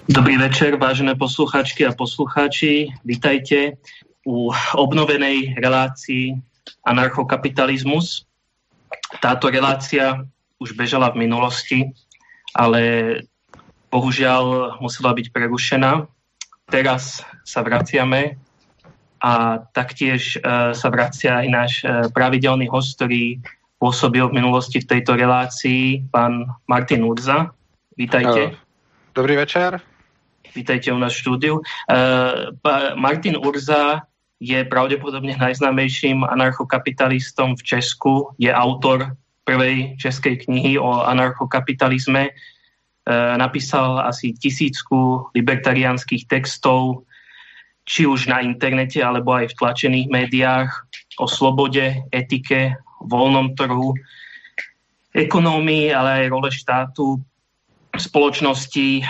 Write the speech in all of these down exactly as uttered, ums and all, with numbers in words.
Dobrý večer, vážené posluchačky a poslucháči. Vítajte u obnovenej relácii Anarchokapitalizmus. Táto relácia už bežala v minulosti, ale bohužiaľ musela byť prerušená. Teraz sa vraciame a taktiež sa vracia aj náš pravidelný host, ktorý pôsobil v minulosti v tejto relácii, pán Martin Urza. Vítajte. Dobrý večer. Vítajte u nás v štúdiu. Uh, Martin Urza je pravdepodobne najznámejším anarchokapitalistom v Česku. Je autor prvej českej knihy o anarchokapitalizme. Uh, napísal asi tisícku libertariánskych textov, či už na internete, alebo aj v tlačených médiách, o slobode, etike, voľnom trhu, ekonómii, ale aj role štátu, spoločnosti.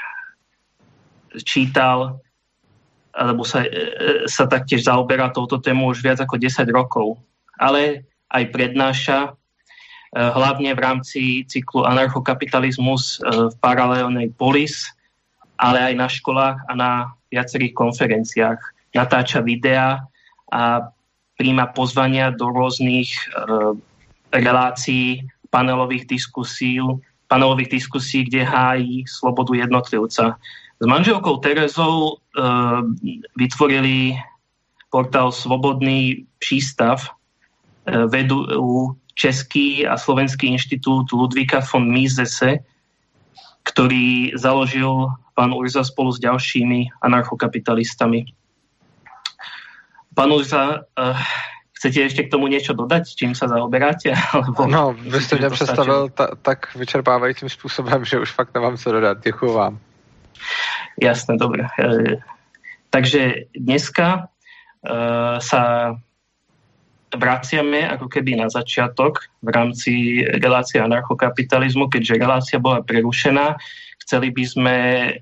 Čítal, alebo sa, sa taktiež zaoberá touto tému už viac ako desať rokov. Ale aj prednáša, hlavne v rámci cyklu Anarchokapitalizmus v paralelnej Polis, ale aj na školách a na viacerých konferenciách. Natáča videá a príjma pozvania do rôznych relácií, panelových diskusí, panelových diskusí, kde hájí slobodu jednotlivca. S manželkou Terezou e, vytvorili portál Svobodný přístav, e, vedú Český a Slovenský inštitút Ludvíka von Misese, ktorý založil pán Urza spolu s ďalšími anarchokapitalistami. Pán Urza, e, chcete ešte k tomu niečo dodať, čím sa zaoberáte? Alebo no, vy jste mě představil ta, tak vyčerpávajícím způsobem, že už fakt nemám co dodat. Děkuju vám. Jasné, dobre. E, takže dneska e, sa vraciame ako keby na začiatok v rámci relácie anarchokapitalizmu, keďže relácia bola prerušená. Chceli by sme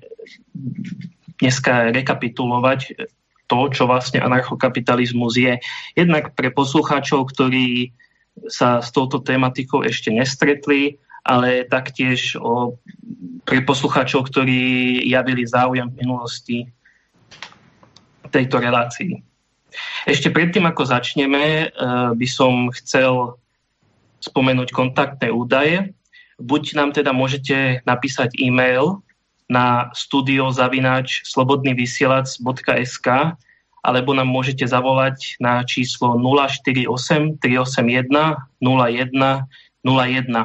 dneska rekapitulovať to, čo vlastne anarchokapitalizmus je. Jednak pre poslucháčov, ktorí sa s touto tematikou ešte nestretli, ale taktiež o, pre poslucháčov, ktorí javili záujem v minulosti tejto relácii. Ešte predtým, ako začneme, by som chcel spomenúť kontaktné údaje. Buď nám teda môžete napísať e-mail na studio zavináč slobodnyvysielac bodka es ká alebo nám môžete zavolať na číslo nula štyri osem tri osem jeden nula jeden nula jeden.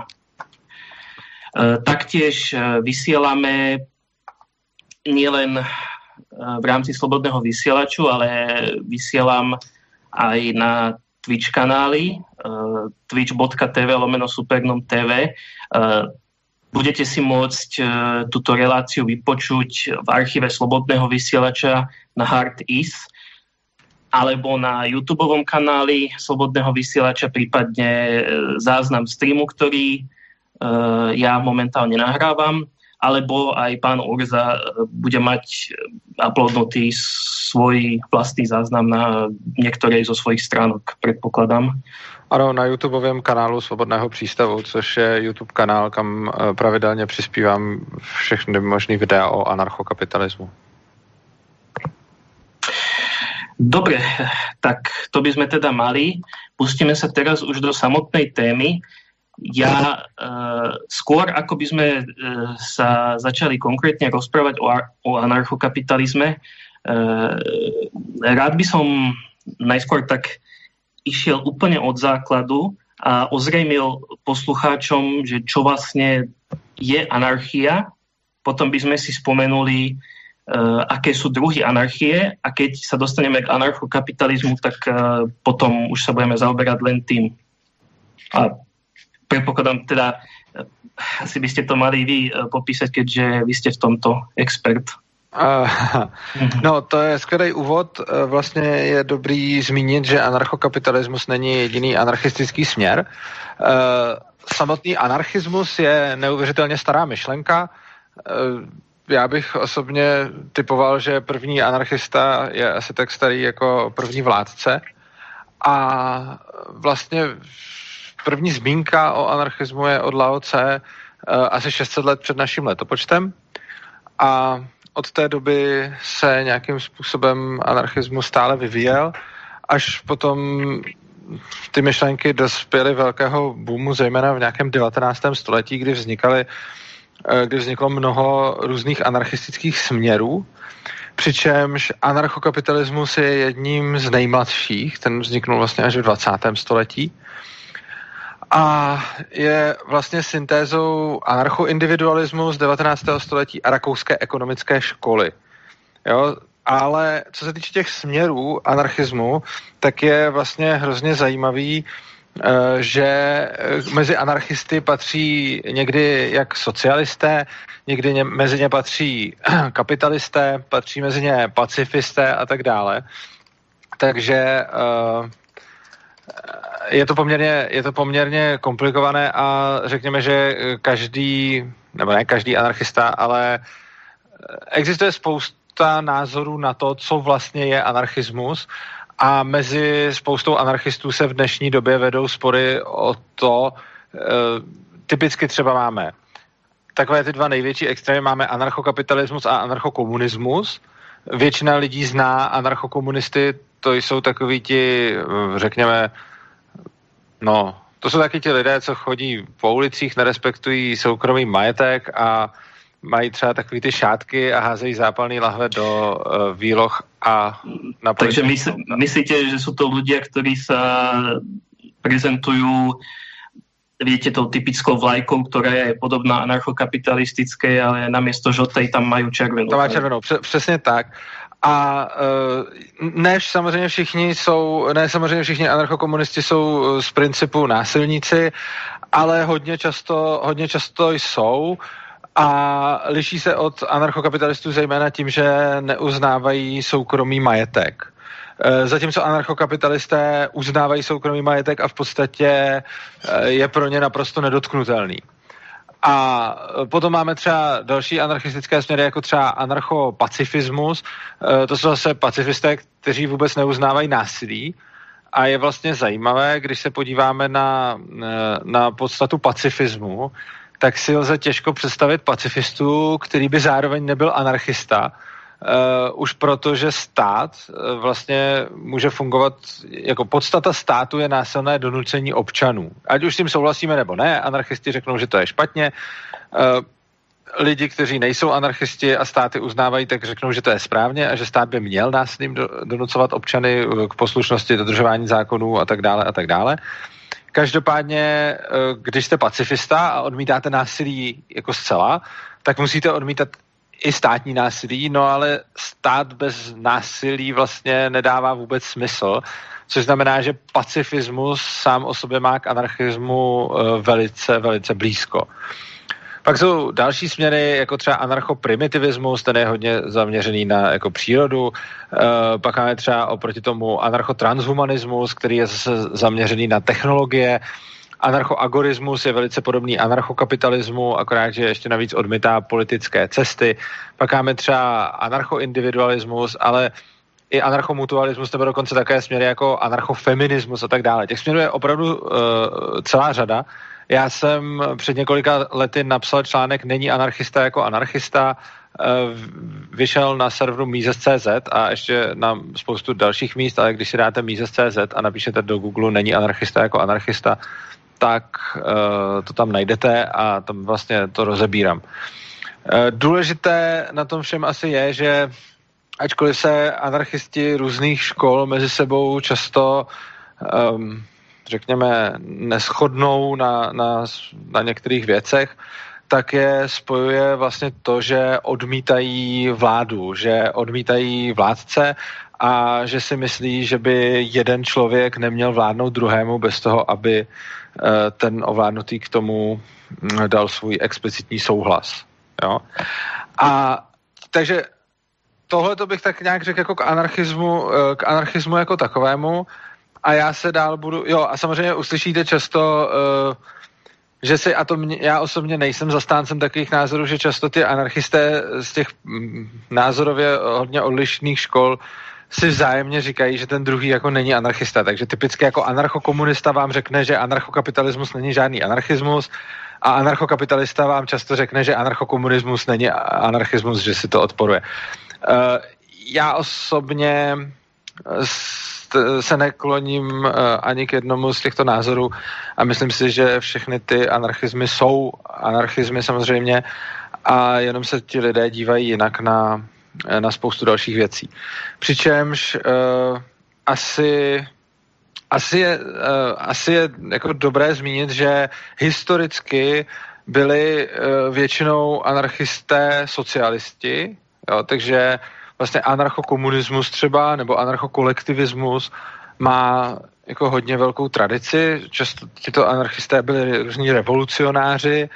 Taktiež vysielame nielen v rámci Slobodného vysielaču, ale vysielam aj na Twitch kanály twitch bodka tv lomeno supernom tv. Budete si môcť túto reláciu vypočuť v archíve Slobodného vysielača na Hard-Is alebo na YouTubeovom kanáli Slobodného vysielača, prípadne záznam streamu, ktorý Uh, ja momentálne nahrávam, alebo aj pán Urza bude mať uploadnutý svoj vlastný záznam na niektorej zo svojich stránok, predpokladám. Ano, na YouTubeovém kanálu Svobodného přístavu, což je YouTube kanál, kam pravidelně přispívám všechny možný videa o anarchokapitalismu. Dobre, tak to by sme teda mali. Pustíme sa teraz už do samotnej témy. Ja uh, skôr, ako by sme uh, sa začali konkrétne rozprávať o, o anarchokapitalizme, uh, rád by som najskôr tak išiel úplne od základu a ozrejmil poslucháčom, že čo vlastne je anarchia. Potom by sme si spomenuli, uh, aké sú druhy anarchie, a keď sa dostaneme k anarchokapitalizmu, tak uh, potom už sa budeme zaoberať len tým. A predpokladám teda, asi by ste to mali vy popísať, keďže vy ste v tomto expert. Uh, no, to je skvělý úvod. Vlastně je dobrý zmínit, že anarchokapitalismus není jediný anarchistický směr. Uh, samotný anarchismus je neuvěřitelně stará myšlenka. Uh, já bych osobně typoval, že první anarchista je asi tak starý jako první vládce. A vlastně první zmínka o anarchismu je od Lao Tse uh, asi šest set let před naším letopočtem. A od té doby se nějakým způsobem anarchismus stále vyvíjel, až potom ty myšlenky dospěly velkého boomu, zejména v nějakém devatenáctém století, kdy vznikaly, kdy vzniklo mnoho různých anarchistických směrů, přičemž anarchokapitalismus je jedním z nejmladších, ten vzniknul vlastně až v dvacátém století a je vlastně syntézou anarchoindividualismu z devatenáctého století a rakouské ekonomické školy. Jo? Ale co se týče těch směrů anarchismu, tak je vlastně hrozně zajímavý, že mezi anarchisty patří někdy jak socialisté, někdy ně, mezi ně patří kapitalisté, patří mezi ně pacifisté a tak dále. Takže je to poměrně, je to poměrně komplikované a řekněme, že každý, nebo ne každý anarchista, ale existuje spousta názorů na to, co vlastně je anarchismus. A mezi spoustou anarchistů se v dnešní době vedou spory o to, e, typicky třeba máme takové ty dva největší extrémy, máme anarchokapitalismus a anarchokomunismus. Většina lidí zná anarchokomunisty, to jsou takoví ti, řekněme, no, to jsou taky ti lidé, co chodí po ulicích, nerespektují soukromý majetek a mají třeba takový ty šátky a házejí zápalný lahve do uh, výloh a na Takže mysl, myslíte, že jsou to ľudia, ktorí sa prezentujú, viete, tou typickou vlajkou, která je podobná anarchokapitalistické, ale namiesto žltej tam mají červenou. To má červenou, přesně tak. A uh, než samozřejmě všichni jsou, ne samozřejmě všichni anarchokomunisti jsou z principu násilníci, ale hodně často, hodně často jsou. A liší se od anarchokapitalistů zejména tím, že neuznávají soukromý majetek. Zatímco anarchokapitalisté uznávají soukromý majetek a v podstatě je pro ně naprosto nedotknutelný. A potom máme třeba další anarchistické směry, jako třeba anarchopacifismus. To jsou zase pacifisté, kteří vůbec neuznávají násilí. A je vlastně zajímavé, když se podíváme na, na podstatu pacifismu, tak si lze těžko představit pacifistu, který by zároveň nebyl anarchista, uh, už proto, že stát uh, vlastně může fungovat, jako podstata státu je násilné donucení občanů. Ať už s tím souhlasíme nebo ne, anarchisti řeknou, že to je špatně, uh, lidi, kteří nejsou anarchisti a státy uznávají, tak řeknou, že to je správně a že stát by měl násilím do, donucovat občany k poslušnosti, dodržování zákonů a tak dále a tak dále. Každopádně, když jste pacifista a odmítáte násilí jako zcela, tak musíte odmítat i státní násilí, no ale stát bez násilí vlastně nedává vůbec smysl, což znamená, že pacifismus sám o sobě má k anarchismu velice, velice blízko. Pak jsou další směry, jako třeba anarchoprimitivismus, ten je hodně zaměřený na jako přírodu. E, pak máme třeba oproti tomu anarchotranshumanismus, který je zase zaměřený na technologie. Anarchoagorismus je velice podobný anarchokapitalismu, akorát, že ještě navíc odmítá politické cesty. Pak máme třeba anarchoindividualismus, ale i anarchomutualismus, nebo dokonce také směry jako anarchofeminismus a tak dále. Těch směrů je opravdu uh, celá řada. Já jsem před několika lety napsal článek Není anarchista jako anarchista, vyšel na serveru Mises tečka cé zet a ještě na spoustu dalších míst, ale když si dáte Mises tečka cé zet a napíšete do Google Není anarchista jako anarchista, tak to tam najdete a tam vlastně to rozebírám. Důležité na tom všem asi je, že ačkoliv se anarchisti různých škol mezi sebou často um, řekněme, neshodnou na, na, na některých věcech, tak je spojuje vlastně to, že odmítají vládu, že odmítají vládce a že si myslí, že by jeden člověk neměl vládnout druhému bez toho, aby ten ovládnutý k tomu dal svůj explicitní souhlas. Jo? A takže tohle to bych tak nějak řekl jako k anarchismu, k anarchismu jako takovému. A já se dál budu, jo, a samozřejmě uslyšíte často, uh, že si, a to mě, já osobně nejsem zastáncem takových názorů, že často ty anarchisté z těch mm, názorově hodně odlišných škol si vzájemně říkají, že ten druhý jako není anarchista. Takže typicky jako anarchokomunista vám řekne, že anarchokapitalismus není žádný anarchismus a anarchokapitalista vám často řekne, že anarchokomunismus není anarchismus, že si to odporuje. Já osobně se nekloním ani k jednomu z těchto názorů a myslím si, že všechny ty anarchizmy jsou anarchizmy samozřejmě a jenom se ti lidé dívají jinak na, na spoustu dalších věcí. Přičemž uh, asi, asi, je, uh, asi je jako dobré zmínit, že historicky byli uh, většinou anarchisté socialisti, jo, takže vlastně anarchokomunismus třeba, nebo anarchokolektivismus má jako hodně velkou tradici. Často tyto anarchisté byli různí revolucionáři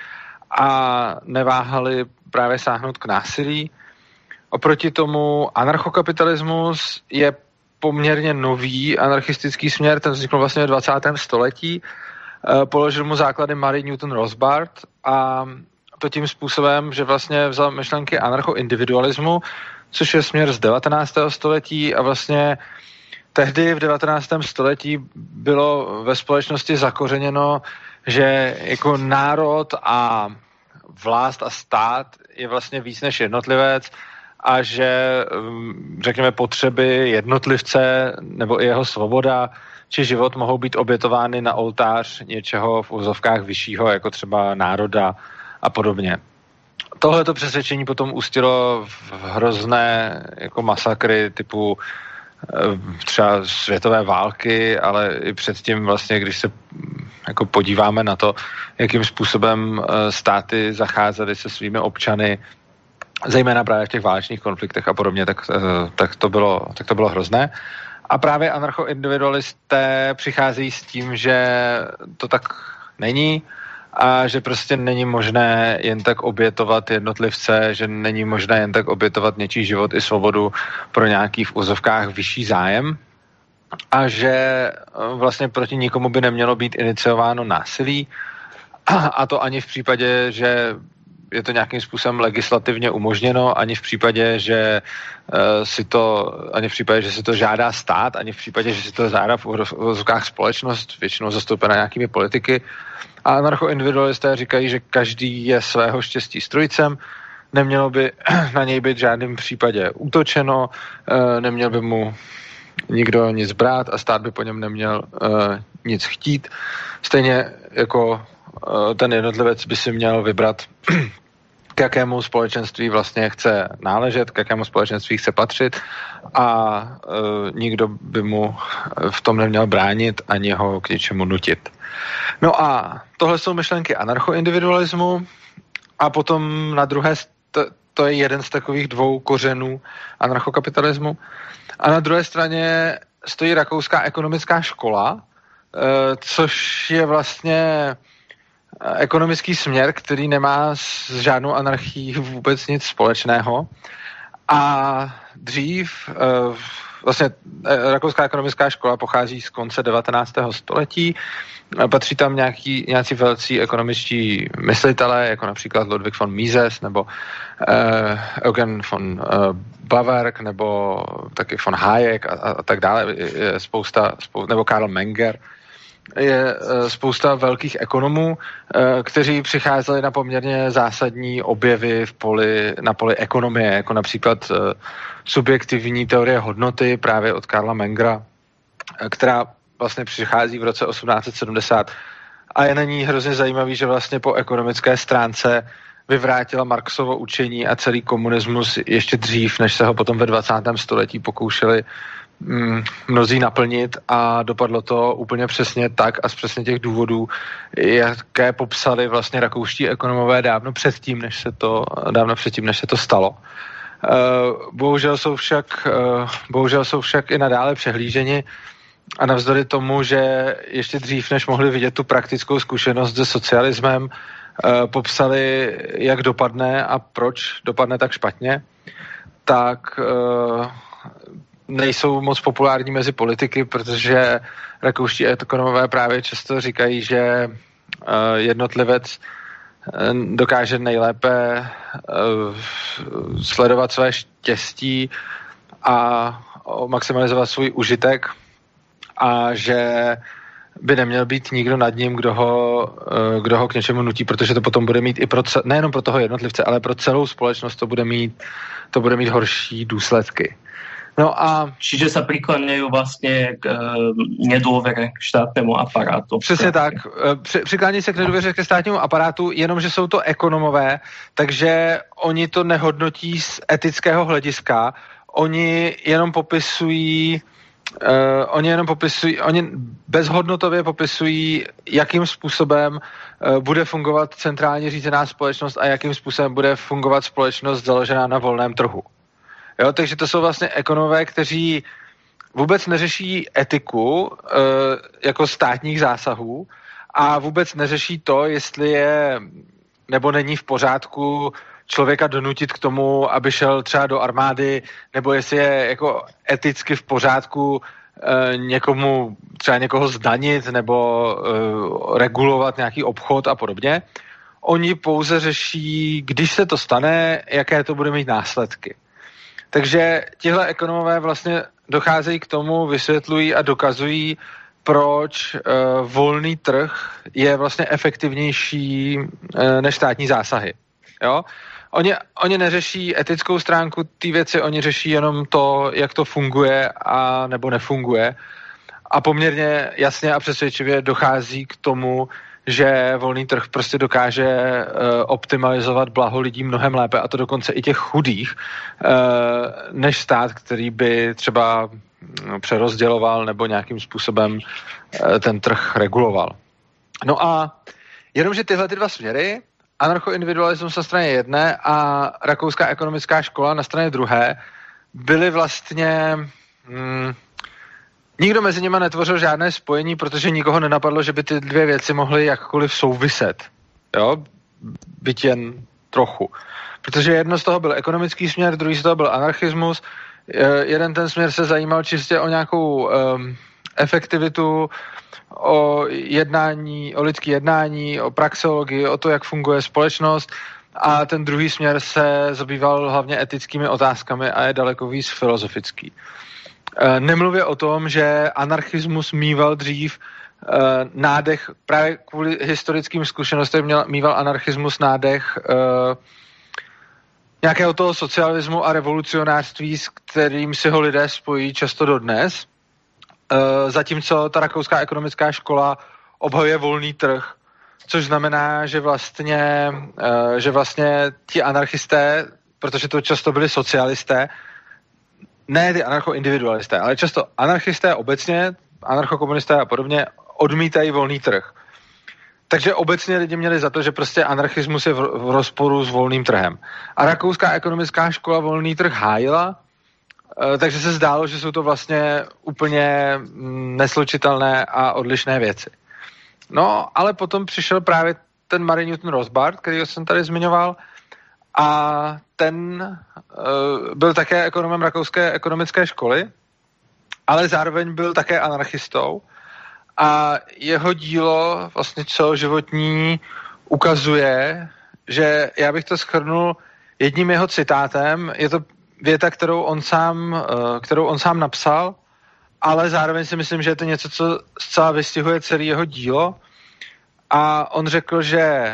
a neváhali právě sáhnout k násilí. Oproti tomu anarchokapitalismus je poměrně nový anarchistický směr, ten vznikl vlastně v dvacátém století. Položil mu základy Murray Newton Rothbard a to tím způsobem, že vlastně vzal myšlenky anarchoindividualismu, což je směr z devatenáctého století a vlastně tehdy v devatenáctém století bylo ve společnosti zakořeněno, že jako národ a vlast a stát je vlastně víc než jednotlivec a že, řekněme, potřeby jednotlivce nebo i jeho svoboda či život mohou být obětovány na oltář něčeho v úzovkách vyššího, jako třeba národa a podobně. Tohleto přesvědčení potom ústilo v hrozné jako masakry typu třeba světové války, ale i předtím vlastně, když se jako podíváme na to, jakým způsobem státy zacházely se svými občany, zejména právě v těch válečných konfliktech a podobně, tak, tak, to bylo, tak to bylo hrozné. A právě anarchoindividualisté přicházejí s tím, že to tak není, a že prostě není možné jen tak obětovat jednotlivce, že není možné jen tak obětovat něčí život i svobodu pro nějaký v úzovkách vyšší zájem a že vlastně proti nikomu by nemělo být iniciováno násilí a to ani v případě, že je to nějakým způsobem legislativně umožněno, ani v případě, že uh, si to, ani v případě, že si to žádá stát, ani v případě, že si to žádá v úzovkách společnost, většinou zastoupená nějakými politiky. A anarchoindividualisté říkají, že každý je svého štěstí strůjcem, nemělo by na něj být v žádném případě útočeno, neměl by mu nikdo nic brát a stát by po něm neměl nic chtít. Stejně jako ten jednotlivec by si měl vybrat, k jakému společenství vlastně chce náležet, k jakému společenství chce patřit a nikdo by mu v tom neměl bránit ani ho k něčemu nutit. No a tohle jsou myšlenky anarchoindividualismu a potom na druhé, to, to je jeden z takových dvou kořenů anarchokapitalismu a na druhé straně stojí rakouská ekonomická škola, což je vlastně ekonomický směr, který nemá s žádnou anarchií vůbec nic společného a dřív vlastně rakouská ekonomická škola pochází z konce devatenáctého století. Patří tam nějaký, nějací velcí ekonomičtí myslitelé, jako například Ludwig von Mises, nebo uh, Eugen von uh, Bawerk, nebo taky von Hayek a, a tak dále. Je spousta, spou, nebo Karl Menger. Je uh, spousta velkých ekonomů, uh, kteří přicházeli na poměrně zásadní objevy v poli, na poli ekonomie, jako například uh, subjektivní teorie hodnoty právě od Karla Mengera, uh, která vlastně přichází v roce osmnáct set sedmdesát a je na ní hrozně zajímavý, že vlastně po ekonomické stránce vyvrátila Marxovo učení a celý komunismus ještě dřív, než se ho potom ve dvacátém století pokoušeli mm, mnozí naplnit a dopadlo to úplně přesně tak a z přesně těch důvodů, jaké popsali vlastně rakouští ekonomové dávno předtím, než se to, dávno předtím, než se to stalo. Uh, bohužel jsou však, uh, bohužel jsou však i nadále přehlíženi a navzdory tomu, že ještě dřív, než mohli vidět tu praktickou zkušenost se socialismem, eh, popsali, jak dopadne a proč dopadne tak špatně, tak eh, nejsou moc populární mezi politiky, protože rakouští ekonomové právě často říkají, že eh, jednotlivec eh, dokáže nejlépe eh, sledovat své štěstí a maximalizovat svůj užitek a že by neměl být nikdo nad ním, kdo ho, kdo ho k něčemu nutí, protože to potom bude mít i pro, nejenom pro toho jednotlivce, ale pro celou společnost to bude mít, to bude mít horší důsledky. No a... Čiže sa prikláňajú vlastne k e, nedôvere k štátnemu aparátu. Přesně tak. Při, přiklání se k nedůvěře ke státnímu aparátu, jenomže jsou to ekonomové, takže oni to nehodnotí z etického hlediska. Oni jenom popisují Uh, oni jenom popisují, oni bezhodnotově popisují, jakým způsobem uh, bude fungovat centrálně řízená společnost a jakým způsobem bude fungovat společnost založená na volném trhu. Jo, takže to jsou vlastně ekonomové, kteří vůbec neřeší etiku uh, jako státních zásahů a vůbec neřeší to, jestli je nebo není v pořádku člověka donutit k tomu, aby šel třeba do armády, nebo jestli je jako eticky v pořádku e, někomu, třeba někoho zdanit, nebo e, regulovat nějaký obchod a podobně. Oni pouze řeší, když se to stane, jaké to bude mít následky. Takže tihle ekonomové vlastně docházejí k tomu, vysvětlují a dokazují, proč e, volný trh je vlastně efektivnější e, než státní zásahy. Jo? Oni, oni neřeší etickou stránku té věci, oni řeší jenom to, jak to funguje a nebo nefunguje. A poměrně jasně a přesvědčivě dochází k tomu, že volný trh prostě dokáže uh, optimalizovat blaho lidí mnohem lépe, a to dokonce i těch chudých, uh, než stát, který by třeba no, přerozděloval nebo nějakým způsobem uh, ten trh reguloval. No a jenomže tyhle ty dva směry, anarchoindividualismus na straně jedné a rakouská ekonomická škola na straně druhé, byly vlastně... Hmm, nikdo mezi nimi netvořil žádné spojení, protože nikoho nenapadlo, že by ty dvě věci mohly jakkoliv souviset. Jo? Byť jen trochu. Protože jedno z toho byl ekonomický směr, druhý z toho byl anarchismus. Jeden ten směr se zajímal čistě o nějakou um, efektivitu, o jednání, o lidský jednání, o praxeologii, o to, jak funguje společnost, a ten druhý směr se zabýval hlavně etickými otázkami a je daleko víc filozofický. Nemluvě o tom, že anarchismus mýval dřív nádech, právě kvůli historickým zkušenostem měl, mýval anarchismus nádech nějakého toho socialismu a revolucionářství, s kterým si ho lidé spojí často dodnes. Zatímco ta rakouská ekonomická škola obhajuje volný trh, což znamená, že vlastně, že vlastně ti anarchisté, protože to často byli socialisté, ne ty anarchoindividualisté, ale často anarchisté obecně, anarchokomunisté a podobně, odmítají volný trh. Takže obecně lidi měli za to, že prostě anarchismus je v rozporu s volným trhem. A rakouská ekonomická škola volný trh hájila, takže se zdálo, že jsou to vlastně úplně neslučitelné a odlišné věci. No, ale potom přišel právě ten Murray Newton Rothbard, kterýho jsem tady zmiňoval, a ten uh, byl také ekonomem rakouské ekonomické školy, ale zároveň byl také anarchistou, a jeho dílo vlastně celoživotní ukazuje, že já bych to shrnul jedním jeho citátem. Je to věta, kterou on sám, kterou on sám napsal, ale zároveň si myslím, že je to něco, co zcela vystihuje celé jeho dílo. A on řekl, že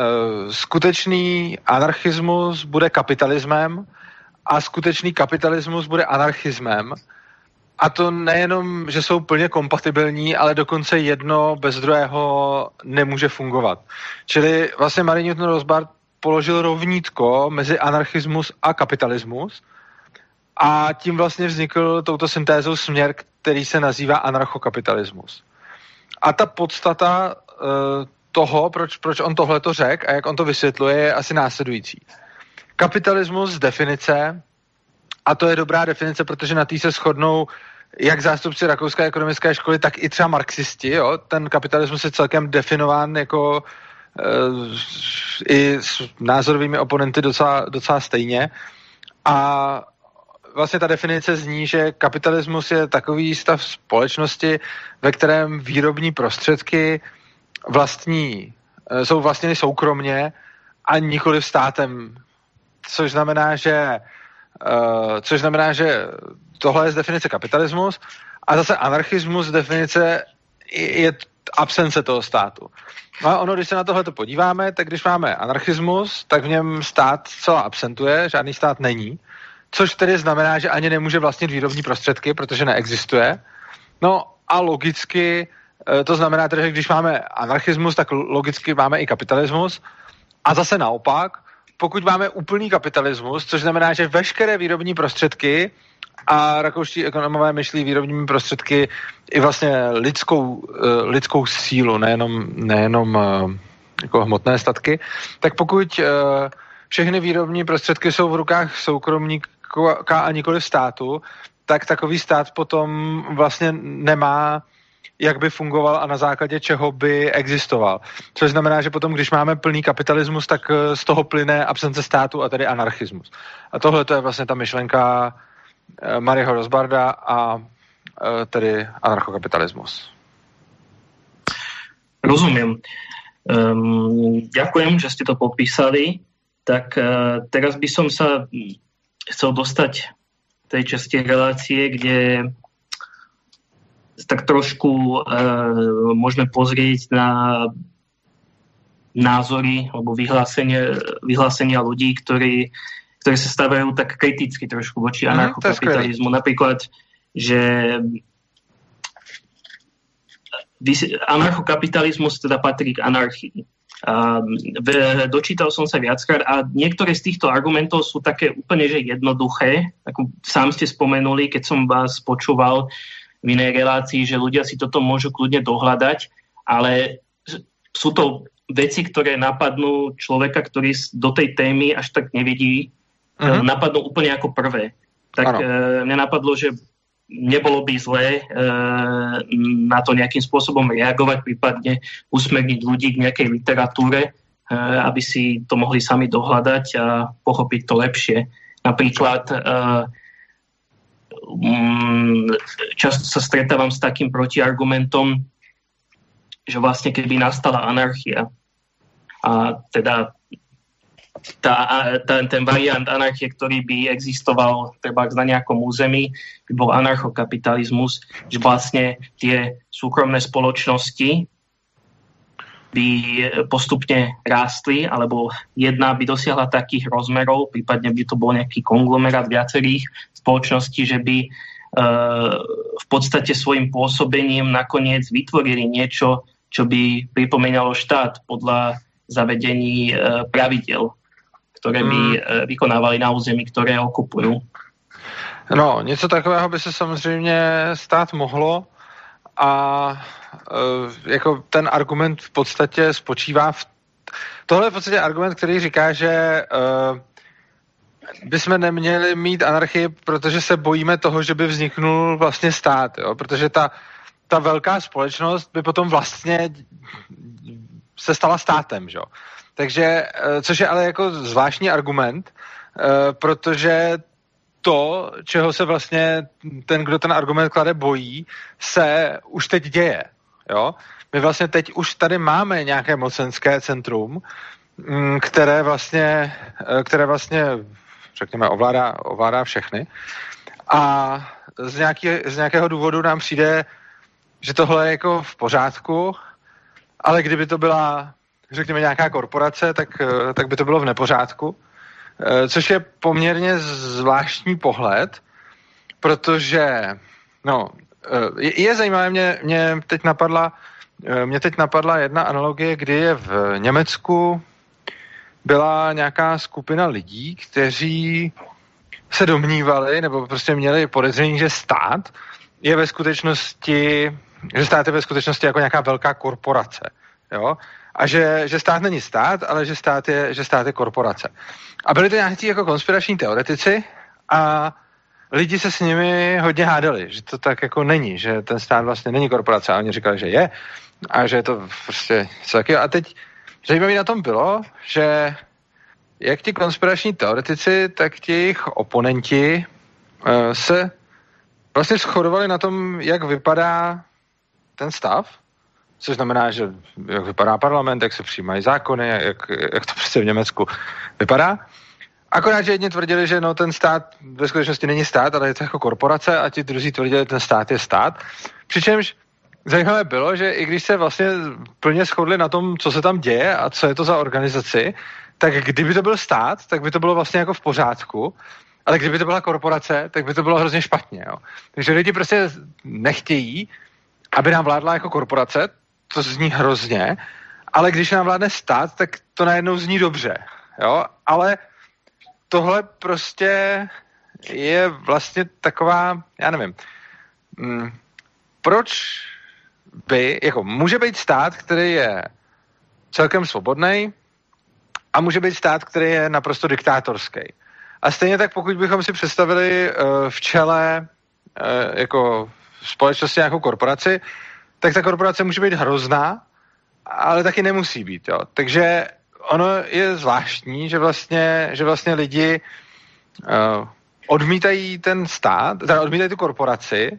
skutečný anarchismus bude kapitalismem a skutečný kapitalismus bude anarchismem. A to nejenom, že jsou plně kompatibilní, ale dokonce jedno bez druhého nemůže fungovat. Čili vlastně Murray Newton Rothbard položil rovnítko mezi anarchismus a kapitalismus a tím vlastně vznikl touto syntézou směr, který se nazývá anarchokapitalismus. A ta podstata uh, toho, proč, proč on tohleto řekl a jak on to vysvětluje, je asi následující. Kapitalismus z definice, a to je dobrá definice, protože na té se shodnou jak zástupci rakouské ekonomické školy, tak i třeba marxisti. Jo? Ten kapitalismus je celkem definován jako e, i s názorovými oponenty docela, docela stejně. A vlastně ta definice zní, že kapitalismus je takový stav společnosti, ve kterém výrobní prostředky vlastní, jsou vlastně soukromně a nikoli státem. Což znamená, že což znamená, že tohle je z definice kapitalismus a zase anarchismus z definice je absence toho státu. No a ono, když se na tohle podíváme, tak když máme anarchismus, tak v něm stát celá absentuje, žádný stát není, což tedy znamená, že ani nemůže vlastnit výrobní prostředky, protože neexistuje. No a logicky to znamená tedy, že když máme anarchismus, tak logicky máme i kapitalismus. A zase naopak, pokud máme úplný kapitalismus, což znamená, že veškeré výrobní prostředky, a rakouští ekonomové myšlí výrobními prostředky i vlastně lidskou, lidskou sílu, nejenom, nejenom jako hmotné statky, tak pokud všechny výrobní prostředky jsou v rukách soukromníka a nikoli státu, tak takový stát potom vlastně nemá, jak by fungoval a na základě čeho by existoval. Což znamená, že potom, když máme plný kapitalismus, tak z toho plyne absence státu a tedy anarchismus. A tohle to je vlastně ta myšlenka Murrayho Rothbarda a tedy anarchokapitalismus. Rozumiem. Um, ďakujem, že ste to popísali. Tak uh, teraz by som sa chcel dostať v tej časti relácie, kde tak trošku uh, môžeme pozrieť na názory alebo vyhlásenia, vyhlásenia ľudí, ktorí ktoré sa stávajú tak kriticky trošku voči anarchokapitalizmu. Mm, napríklad, že anarchokapitalizmus teda patrí k anarchii. A dočítal som sa viackrát a niektoré z týchto argumentov sú také úplne že jednoduché. Ako sám ste spomenuli, keď som vás počúval v inej relácii, že ľudia si toto môžu kľudne dohľadať, ale sú to veci, ktoré napadnú človeka, ktorý do tej témy až tak nevidí, uh-huh. napadnú úplne ako prvé. Tak e, mne napadlo, že nebolo by zlé e, na to nejakým spôsobom reagovať, prípadne usmerniť ľudí k nejakej literatúre, e, aby si to mohli sami dohľadať a pochopiť to lepšie. Napríklad e, m, často sa stretávam s takým protiargumentom, že vlastne keby nastala anarchia a teda Tá, tá, ten variant anarchie, ktorý by existoval treba na nejakom území, by bol anarchokapitalizmus, že vlastne tie súkromné spoločnosti by postupne rástli, alebo jedna by dosiahla takých rozmerov, prípadne by to bol nejaký konglomerát viacerých spoločností, že by e, v podstate svojim pôsobením nakoniec vytvorili niečo, čo by pripomínalo štát podľa zavedení e, pravidel, které by vykonávali na území, které okupují. No, něco takového by se samozřejmě stát mohlo a e, jako ten argument v podstatě spočívá v... Tohle je v podstatě argument, který říká, že e, bychom neměli mít anarchii, protože se bojíme toho, že by vzniknul vlastně stát, jo? Protože ta, ta velká společnost by potom vlastně se stala státem, že jo? Takže, což je ale jako zvláštní argument, protože to, čeho se vlastně ten, kdo ten argument klade, bojí, se už teď děje. Jo? My vlastně teď už tady máme nějaké mocenské centrum, které vlastně, které vlastně řekněme, ovládá, ovládá všechny. A z, nějaký, z nějakého důvodu nám přijde, že tohle je jako v pořádku, ale kdyby to byla řekněme nějaká korporace, tak, tak by to bylo v nepořádku. Což je poměrně zvláštní pohled, protože no, je, je zajímavé, mě, mě, teď napadla, mě teď napadla jedna analogie, kdy je v Německu byla nějaká skupina lidí, kteří se domnívali, nebo prostě měli podezření, že stát je ve skutečnosti, že stát je ve skutečnosti jako nějaká velká korporace. Jo? A že, že stát není stát, ale že stát je, že stát je korporace. A byli to nějaký jako konspirační teoretici a lidi se s nimi hodně hádali, že to tak jako není, že ten stát vlastně není korporace a oni říkali, že je a že je to prostě co taky. A teď zajímavé na tom bylo, že jak ti konspirační teoretici, tak ti jejich oponenti uh, se vlastně shodovali na tom, jak vypadá ten stav, což znamená, že jak vypadá parlament, jak se přijímají zákony, jak, jak to prostě v Německu vypadá. Akorát, že jedni tvrdili, že no, ten stát ve skutečnosti není stát, ale je to jako korporace a ti druzí tvrdili, že ten stát je stát. Přičemž zajímavé bylo, že i když se vlastně plně shodli na tom, co se tam děje a co je to za organizaci, tak kdyby to byl stát, tak by to bylo vlastně jako v pořádku, ale kdyby to byla korporace, tak by to bylo hrozně špatně. Jo. Takže lidi prostě nechtějí, aby nám vládla jako korporace, to zní hrozně, ale když nám vládne stát, tak to najednou zní dobře. Jo. Ale tohle prostě je vlastně taková, já nevím, hm, proč by, jako může být stát, který je celkem svobodný a může být stát, který je naprosto diktátorský. A stejně tak, pokud bychom si představili uh, v čele uh, jako společnosti nějakou korporaci, tak ta korporace může být hrozná, ale taky nemusí být. Jo. Takže ono je zvláštní, že vlastně, že vlastně lidi uh, odmítají ten stát, teda odmítají tu korporaci.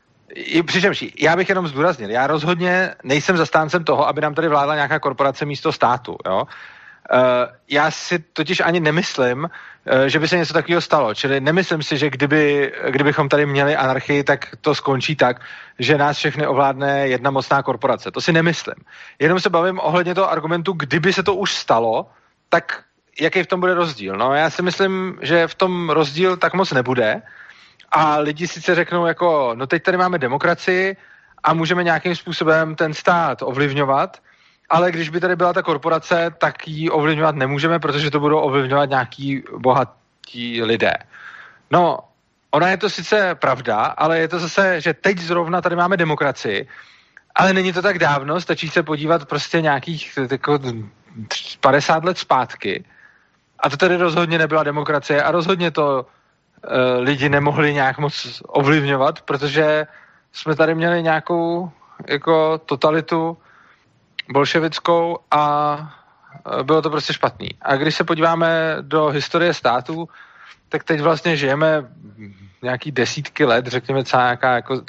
I přičemž já bych jenom zdůraznil, já rozhodně nejsem zastáncem toho, aby nám tady vládla nějaká korporace místo státu. Jo. Uh, já si totiž ani nemyslím, uh, že by se něco takového stalo. Čili nemyslím si, že kdyby, kdybychom tady měli anarchii, tak to skončí tak, že nás všechny ovládne jedna mocná korporace. To si nemyslím. Jenom se bavím ohledně toho argumentu, kdyby se to už stalo, tak jaký v tom bude rozdíl? No, já si myslím, že v tom rozdíl tak moc nebude a lidi sice řeknou jako, no teď tady máme demokracii a můžeme nějakým způsobem ten stát ovlivňovat, ale když by tady byla ta korporace, tak ji ovlivňovat nemůžeme, protože to budou ovlivňovat nějaký bohatí lidé. No, ona je to sice pravda, ale je to zase, že teď zrovna tady máme demokracii, ale není to tak dávno, stačí se podívat prostě nějakých jako padesát let zpátky a to tady rozhodně nebyla demokracie a rozhodně to e, lidi nemohli nějak moc ovlivňovat, protože jsme tady měli nějakou jako totalitu bolševickou a bylo to prostě špatný. A když se podíváme do historie států, tak teď vlastně žijeme nějaký desítky let, řekněme celá nějaká jako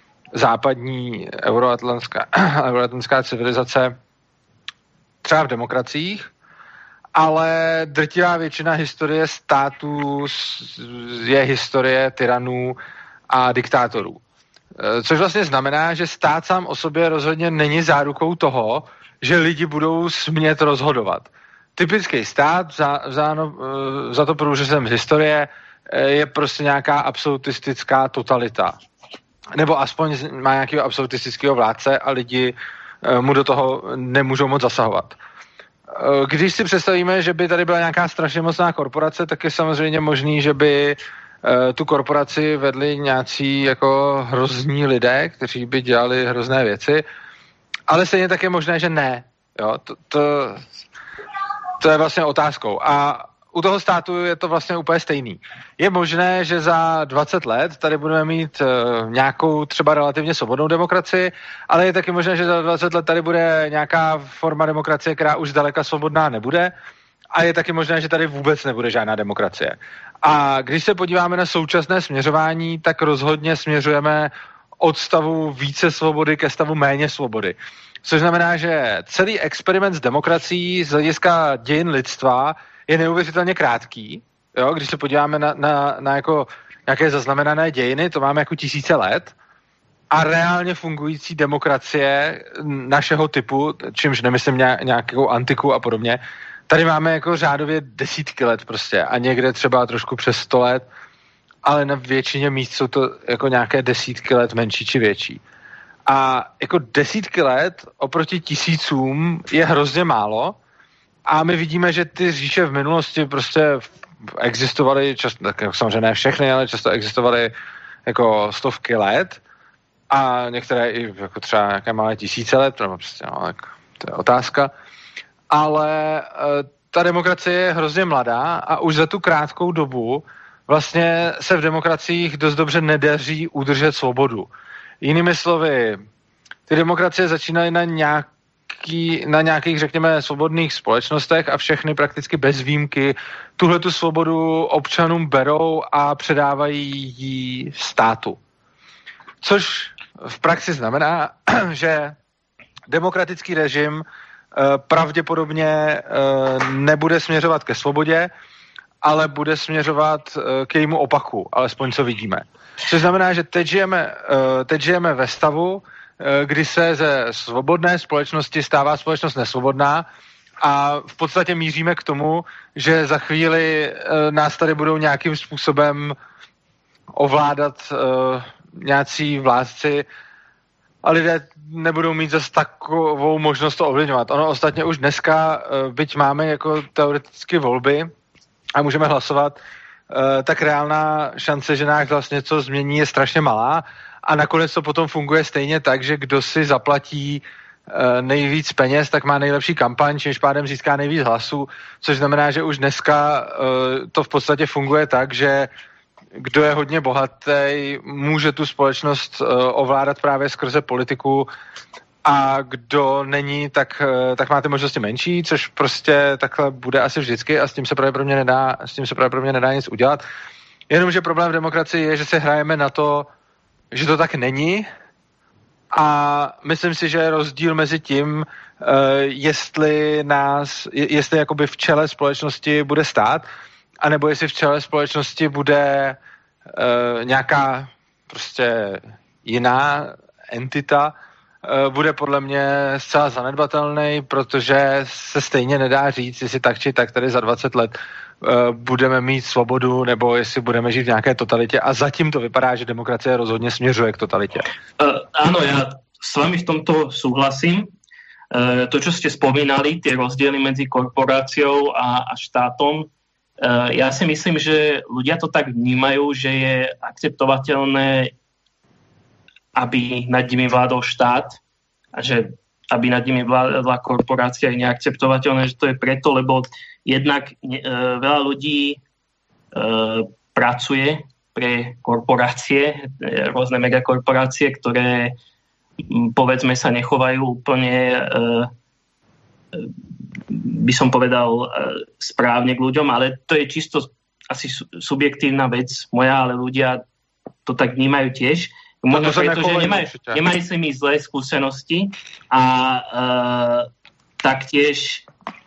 západní euroatlantská, euroatlantská civilizace třeba v demokraciích, ale drtivá většina historie států je historie tyranů a diktátorů. Což vlastně znamená, že stát sám o sobě rozhodně není zárukou toho, že lidi budou smět rozhodovat. Typický stát za, za, no, za to průřezem historie je prostě nějaká absolutistická totalita. Nebo aspoň má nějakého absolutistického vládce a lidi mu do toho nemůžou moc zasahovat. Když si představíme, že by tady byla nějaká strašně mocná korporace, tak je samozřejmě možný, že by tu korporaci vedli nějací jako hrozní lidé, kteří by dělali hrozné věci, ale stejně tak je možné, že ne. Jo, to, to, to je vlastně otázkou. A u toho státu je to vlastně úplně stejný. Je možné, že za dvacet let tady budeme mít uh, nějakou třeba relativně svobodnou demokracii, ale je taky možné, že za dvacet let tady bude nějaká forma demokracie, která už zdaleka svobodná nebude, a je taky možné, že tady vůbec nebude žádná demokracie. A když se podíváme na současné směřování, tak rozhodně směřujeme od stavu více svobody ke stavu méně svobody. Což znamená, že celý experiment s demokracií z hlediska dějin lidstva je neuvěřitelně krátký. Jo? Když se podíváme na, na, na jako nějaké zaznamenané dějiny, to máme jako tisíce let, a reálně fungující demokracie našeho typu, čímž nemyslím nějakou antiku a podobně, tady máme jako řádově desítky let prostě a někde třeba trošku přes sto let, ale na většině míst jsou to jako nějaké desítky let menší či větší. A jako desítky let oproti tisícům je hrozně málo a my vidíme, že ty říše v minulosti prostě existovaly, často, tak samozřejmě ne všechny, ale často existovaly jako stovky let a některé i jako třeba nějaké malé tisíce let, nebo prostě, no, tak to je otázka. Ale ta demokracie je hrozně mladá a už za tu krátkou dobu vlastně se v demokraciích dost dobře nedaří udržet svobodu. Jinými slovy, ty demokracie začínají na, nějaký, na nějakých, řekněme, svobodných společnostech a všechny prakticky bez výjimky tuhletu svobodu občanům berou a předávají ji státu. Což v praxi znamená, že demokratický režim pravděpodobně nebude směřovat ke svobodě ale bude směřovat k jejímu opaku, alespoň co vidíme. Což znamená, že teď žijeme, teď žijeme ve stavu, kdy se ze svobodné společnosti stává společnost nesvobodná a v podstatě míříme k tomu, že za chvíli nás tady budou nějakým způsobem ovládat nějací vládci a lidé nebudou mít zase takovou možnost to ovlivňovat. Ono ostatně už dneska, byť máme jako teoreticky volby a můžeme hlasovat, tak reálná šance, že nás vlastně něco změní, je strašně malá a nakonec to potom funguje stejně tak, že kdo si zaplatí nejvíc peněz, tak má nejlepší kampaň, čímž pádem získá nejvíc hlasů, což znamená, že už dneska to v podstatě funguje tak, že kdo je hodně bohatý, může tu společnost ovládat právě skrze politiku a kdo není, tak, tak má ty možnosti menší, což prostě takhle bude asi vždycky a s tím se pravděpodobně nedá, s tím se pravděpodobně nedá nic udělat. Jenomže problém v demokracii je, že se hrajeme na to, že to tak není a myslím si, že je rozdíl mezi tím, jestli nás, jestli jakoby v čele společnosti bude stát, anebo jestli v čele společnosti bude uh, nějaká prostě jiná entita, uh, bude podle mě zcela zanedbatelný, protože se stejně nedá říct, jestli tak či tak tady za dvacet let uh, budeme mít svobodu, nebo jestli budeme žít v nějaké totalitě a zatím to vypadá, že demokracie rozhodně směřuje k totalitě. Uh, áno, ja s vami v tomto súhlasím. Uh, to, čo ste spomínali, tie rozdiely medzi korporáciou a, a štátom, Uh, ja si myslím, že ľudia to tak vnímajú, že je akceptovateľné, aby nad nimi vládol štát a že aby nad nimi vládla korporácia, je neakceptovateľné, že to je preto, lebo jednak uh, veľa ľudí uh, pracuje pre korporácie, rôzne megakorporácie, ktoré povedzme sa nechovajú úplne uh, by som povedal správne k ľuďom, ale to je čisto asi subjektívna vec moja, ale ľudia to tak vnímajú tiež. Možno preto, že nemajú, nemajú s nimi zlé skúsenosti a uh, taktiež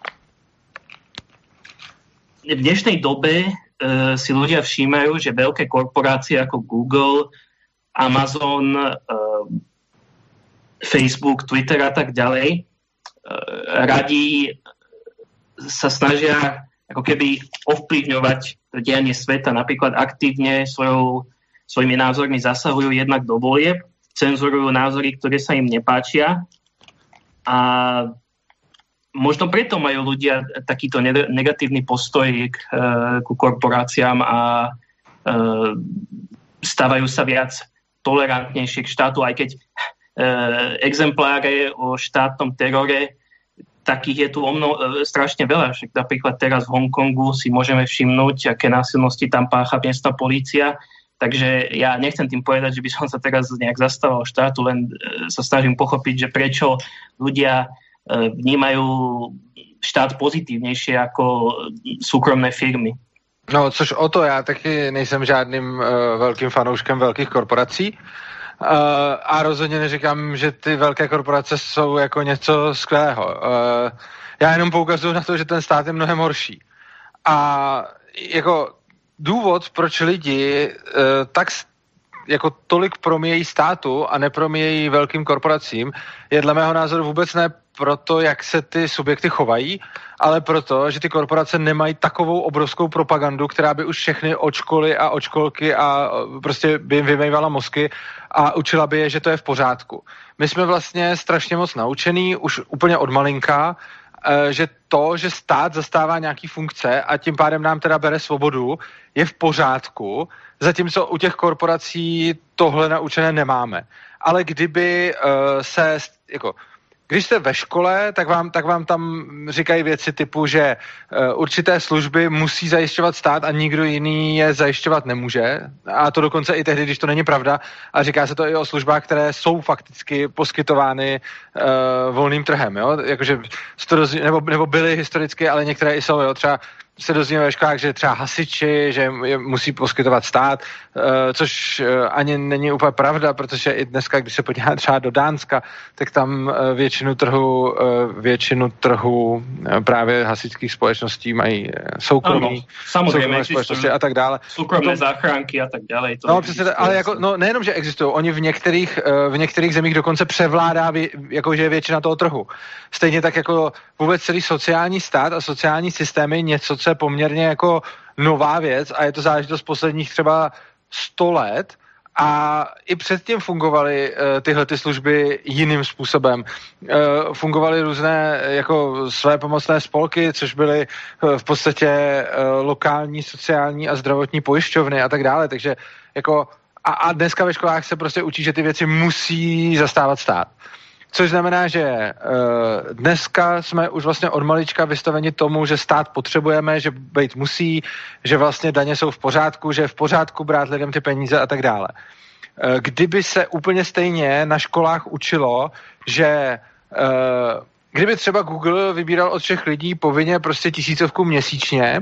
v dnešnej dobe uh, si ľudia všímajú, že veľké korporácie ako Google, Amazon, uh, Facebook, Twitter a tak ďalej radí sa snažia ako keby ovplyvňovať dianie sveta, napríklad aktívne svojou, svojimi názormi zasahujú jednak do volieb, cenzurujú názory, ktoré sa im nepáčia a možno preto majú ľudia takýto negatívny postoj k, ku korporáciám a e, stávajú sa viac tolerantnejšie k štátu, aj keď exempláre o štátnom terore, takých je tu o mno, strašne veľa. Však napríklad teraz v Hongkongu si môžeme všimnúť, aké násilnosti tam pácha miestna polícia. Takže ja nechcem tým povedať, že by som sa teraz nejak zastával štátu, len sa snažím pochopiť, že prečo ľudia vnímajú štát pozitívnejšie ako súkromné firmy. No, což o to já taky nejsem žádným uh, velkým fanouškem velkých korporací. Uh, a rozhodně neříkám, že ty velké korporace jsou jako něco skvělého. Uh, já jenom poukazuju na to, že ten stát je mnohem horší. A jako důvod, proč lidi uh, tak jako tolik promějí státu a nepromějí velkým korporacím, je dle mého názoru vůbec ne proto, jak se ty subjekty chovají, ale proto, že ty korporace nemají takovou obrovskou propagandu, která by už všechny od školy a od školky a prostě by jim vymývala mozky a učila by je, že to je v pořádku. My jsme vlastně strašně moc naučený, už úplně od malinka, že to, že stát zastává nějaký funkce a tím pádem nám teda bere svobodu, je v pořádku, zatímco u těch korporací tohle naučené nemáme. Ale kdyby uh, se, jako, když jste ve škole, tak vám, tak vám tam říkají věci typu, že uh, určité služby musí zajišťovat stát a nikdo jiný je zajišťovat nemůže. A to dokonce i tehdy, když to není pravda. A říká se to i o službách, které jsou fakticky poskytovány uh, volným trhem. Jo? Jakože, nebo, nebo byly historicky, ale některé i jsou. Jo? Třeba se dozvíme ve školách, že třeba hasiči, že je musí poskytovat stát, což ani není úplně pravda, protože i dneska, když se podíváme třeba do Dánska, tak tam většinu trhu, většinu trhu právě hasičských společností mají soukromí, soukromé společnosti a tak dále. Soukromé záchranky a tak dále. To no, přesně, ale jako, no, nejenom, že existují, oni v některých, v některých zemích dokonce převládá, jakože je většina toho trhu. Stejně tak jako vůbec celý sociální stát a sociální systém je něco, co je poměrně jako nová věc a je to záležitost posledních třeba sto let a i předtím fungovaly uh, tyhle ty služby jiným způsobem. Uh, fungovaly různé jako své pomocné spolky, což byly uh, v podstatě uh, lokální sociální a zdravotní pojišťovny a tak dále, takže jako a, a dneska ve školách se prostě učí, že ty věci musí zastávat stát. Což znamená, že uh, dneska jsme už vlastně od malička vystaveni tomu, že stát potřebujeme, že být musí, že vlastně daně jsou v pořádku, že je v pořádku brát lidem ty peníze a tak dále. Uh, kdyby se úplně stejně na školách učilo, že uh, kdyby třeba Google vybíral od všech lidí povinně prostě tisícovku měsíčně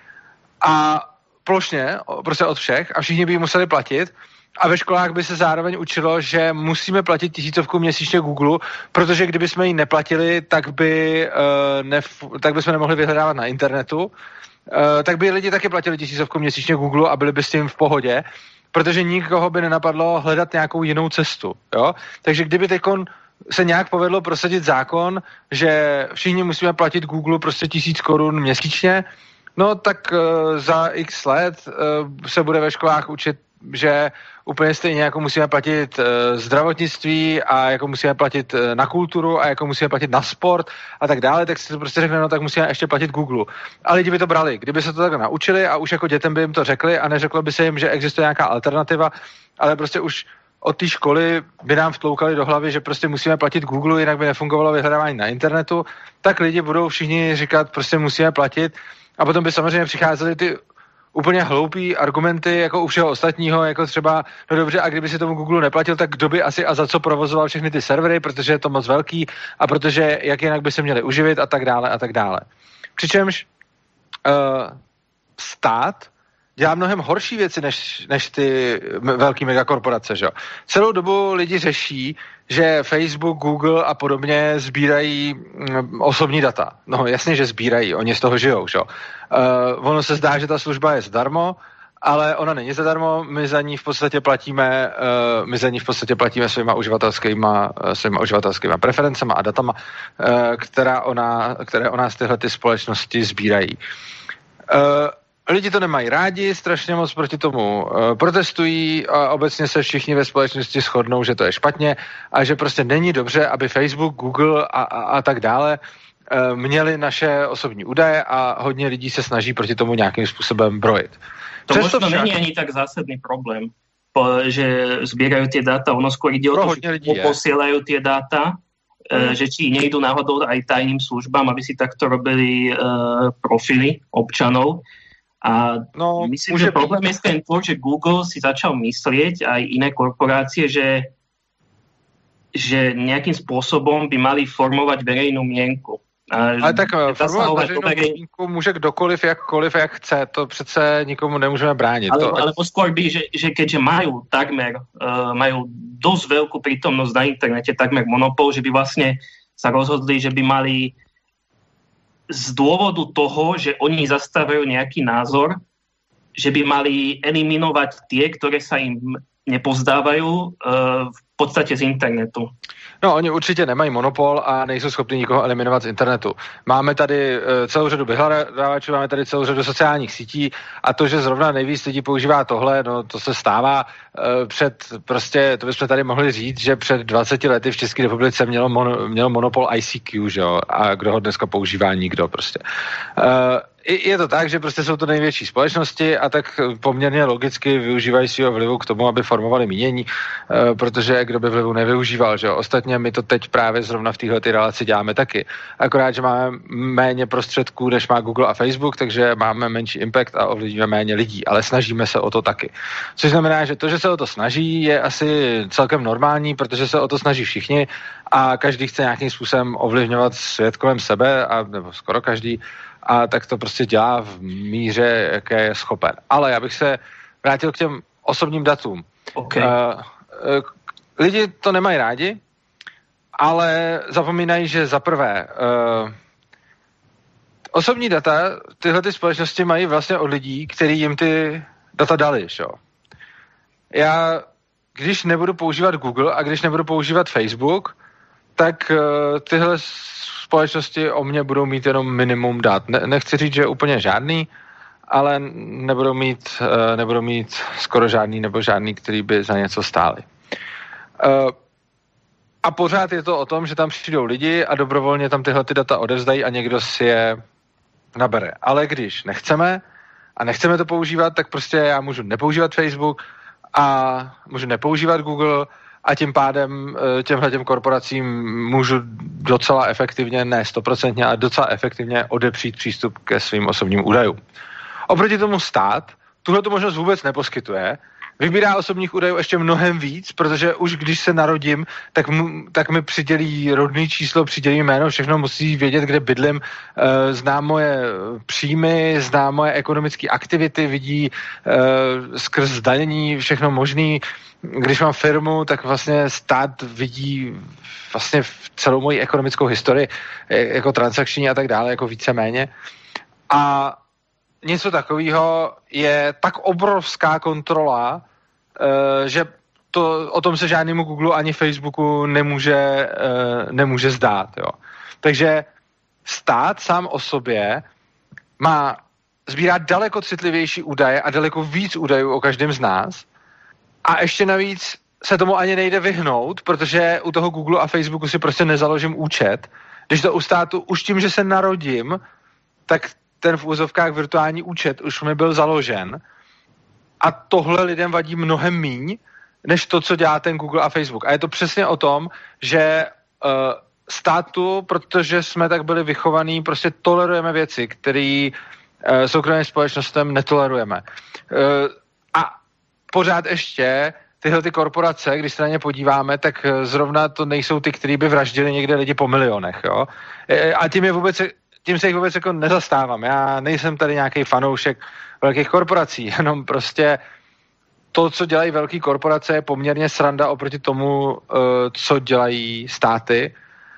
a plošně, prostě od všech a všichni by ji museli platit, a ve školách by se zároveň učilo, že musíme platit tisícovku měsíčně Google, protože kdyby jsme ji neplatili, tak by uh, nef- tak bychom nemohli vyhledávat na internetu. Uh, tak by lidi taky platili tisícovku měsíčně Google a byli by s tím v pohodě, protože nikoho by nenapadlo hledat nějakou jinou cestu. Jo? Takže kdyby teďkon se nějak povedlo prosadit zákon, že všichni musíme platit Google prostě tisíc korun měsíčně, no tak uh, za x let uh, se bude ve školách učit, že úplně stejně jako musíme platit uh, zdravotnictví a jako musíme platit uh, na kulturu a jako musíme platit na sport a tak dále, tak si to prostě řekne, no tak musíme ještě platit Google. A lidi by to brali, kdyby se to tak naučili a už jako dětem by jim to řekli a neřeklo by se jim, že existuje nějaká alternativa, ale prostě už od té školy by nám vtloukali do hlavy, že prostě musíme platit Google, jinak by nefungovalo vyhledávání na internetu, tak lidi budou všichni říkat, prostě musíme platit a potom by samozřejmě přicházely ty úplně hloupý argumenty jako u všeho ostatního, jako třeba, no dobře, a kdyby si tomu Google neplatil, tak kdo by asi a za co provozoval všechny ty servery, protože je to moc velký a protože jak jinak by se měli uživit a tak dále a tak dále. Přičemž uh, stát dělá mnohem horší věci než, než ty velký megakorporace, že jo. Celou dobu lidi řeší, že Facebook, Google a podobně sbírají mm, osobní data. No jasně, že sbírají, oni z toho žijou, že jo. Uh, ono se zdá, že ta služba je zadarmo, ale ona není zadarmo, my za ní v podstatě platíme, uh, my za ní v podstatě platíme svýma uživatelskýma, uh, svýma uživatelskýma preferencema a datama, uh, která ona, které o nás tyhle ty společnosti sbírají. Uh, Lidi to nemají rádi, strašně moc proti tomu uh, protestují a obecně se všichni ve společnosti shodnou, že to je špatně a že prostě není dobře, aby Facebook, Google a, a, a tak dále uh, měli naše osobní údaje a hodně lidí se snaží proti tomu nějakým způsobem brojit. To Přesto možno však... není ani tak zásadný problém, po, že sbírajú tie dáta, ono skôr ide o to, že posielajú tie dáta, mm. že či nejdu náhodou aj tajným službám, aby si takto robili uh, profily občanov. A no, myslím, že problém je ten to, že Google si začal myslieť aj iné korporácie, že, že nejakým spôsobom by mali formovať verejnú mienku. A ale tak formovat veřejnou mienku může kdokoliv, jakkoliv, jak chce. To přece nikomu nemůžeme bránit. Ale, to, alebo skôr by, že, že keďže majú takmer, uh, majú dosť veľkú prítomnosť na internete, takmer monopol, že by vlastne sa rozhodli, že by mali z dôvodu toho, že oni zastávajú nejaký názor, že by mali eliminovať tie, ktoré sa im nepozdávajú v podstatě z internetu. No, oni určitě nemají monopol a nejsou schopni nikoho eliminovat z internetu. Máme tady celou řadu vyhledávačů, máme tady celou řadu sociálních sítí a to, že zrovna nejvíc lidí používá tohle, no to se stává před, prostě, to bychom tady mohli říct, že před dvaceti lety v České republice mělo, mon, mělo monopol I C Q, že jo, a kdo ho dneska používá, nikdo prostě. Uh, Je to tak, že prostě jsou to největší společnosti a tak poměrně logicky využívají svého vlivu k tomu, aby formovali mínění, protože kdo by vlivu nevyužíval, že jo. Ostatně my to teď právě zrovna v této relaci děláme taky. Akorát, že máme méně prostředků, než má Google a Facebook, takže máme menší impact a ovlivníme méně lidí, ale snažíme se o to taky. Což znamená, že to, že se o to snaží, je asi celkem normální, protože se o to snaží všichni a každý chce nějakým způsobem ovlivňovat svět kolem sebe, a, nebo skoro každý. a tak to prostě dělá v míře, jaké je schopen. Ale já bych se vrátil k těm osobním datům. Okay. Uh, uh, lidi to nemají rádi, ale zapomínají, že za prvé uh, osobní data tyhle ty společnosti mají vlastně od lidí, kteří jim ty data dali. Šo? Já, když nebudu používat Google a když nebudu používat Facebook, tak uh, tyhle společnosti o mě budou mít jenom minimum dat. Ne, nechci říct, že úplně žádný, ale nebudou mít, uh, nebudou mít skoro žádný nebo žádný, který by za něco stáli. Uh, a pořád je to o tom, že tam přijdou lidi a dobrovolně tam tyhle ty data odevzdají a někdo si je nabere. Ale když nechceme a nechceme to používat, tak prostě já můžu nepoužívat Facebook a můžu nepoužívat Google a tím pádem těmhletěm korporacím můžu docela efektivně, ne stoprocentně, ale docela efektivně odepřít přístup ke svým osobním údajům. Oproti tomu stát tuhletu možnost vůbec neposkytuje. Vybírá osobních údajů ještě mnohem víc, protože už když se narodím, tak, m, tak mi přidělí rodný číslo, přidělí jméno, všechno musí vědět, kde bydlím, e, zná moje příjmy, zná moje ekonomické aktivity, vidí e, skrz zdanění všechno možný. Když mám firmu, tak vlastně stát vidí vlastně celou moji ekonomickou historii, jako transakční a tak dále, jako víceméně. A něco takového je tak obrovská kontrola, že to, o tom se žádnému Google ani Facebooku nemůže, nemůže zdát. Jo. Takže stát sám o sobě má sbírat daleko citlivější údaje a daleko víc údajů o každém z nás a ještě navíc se tomu ani nejde vyhnout, protože u toho Google a Facebooku si prostě nezaložím účet. Když to u státu už tím, že se narodím, tak ten v úzovkách virtuální účet už mi byl založen a tohle lidem vadí mnohem míň, než to, co dělá ten Google a Facebook. A je to přesně o tom, že uh, státu, protože jsme tak byli vychovaní, prostě tolerujeme věci, které uh, soukromým společnostem netolerujeme. Uh, a pořád ještě tyhle ty korporace, když se na ně podíváme, tak zrovna to nejsou ty, kteří by vraždili někde lidi po milionech. Jo? A tím je vůbec... Tím se jich vůbec jako nezastávám. Já nejsem tady nějaký fanoušek velkých korporací, jenom prostě to, co dělají velké korporace, je poměrně sranda oproti tomu, co dělají státy.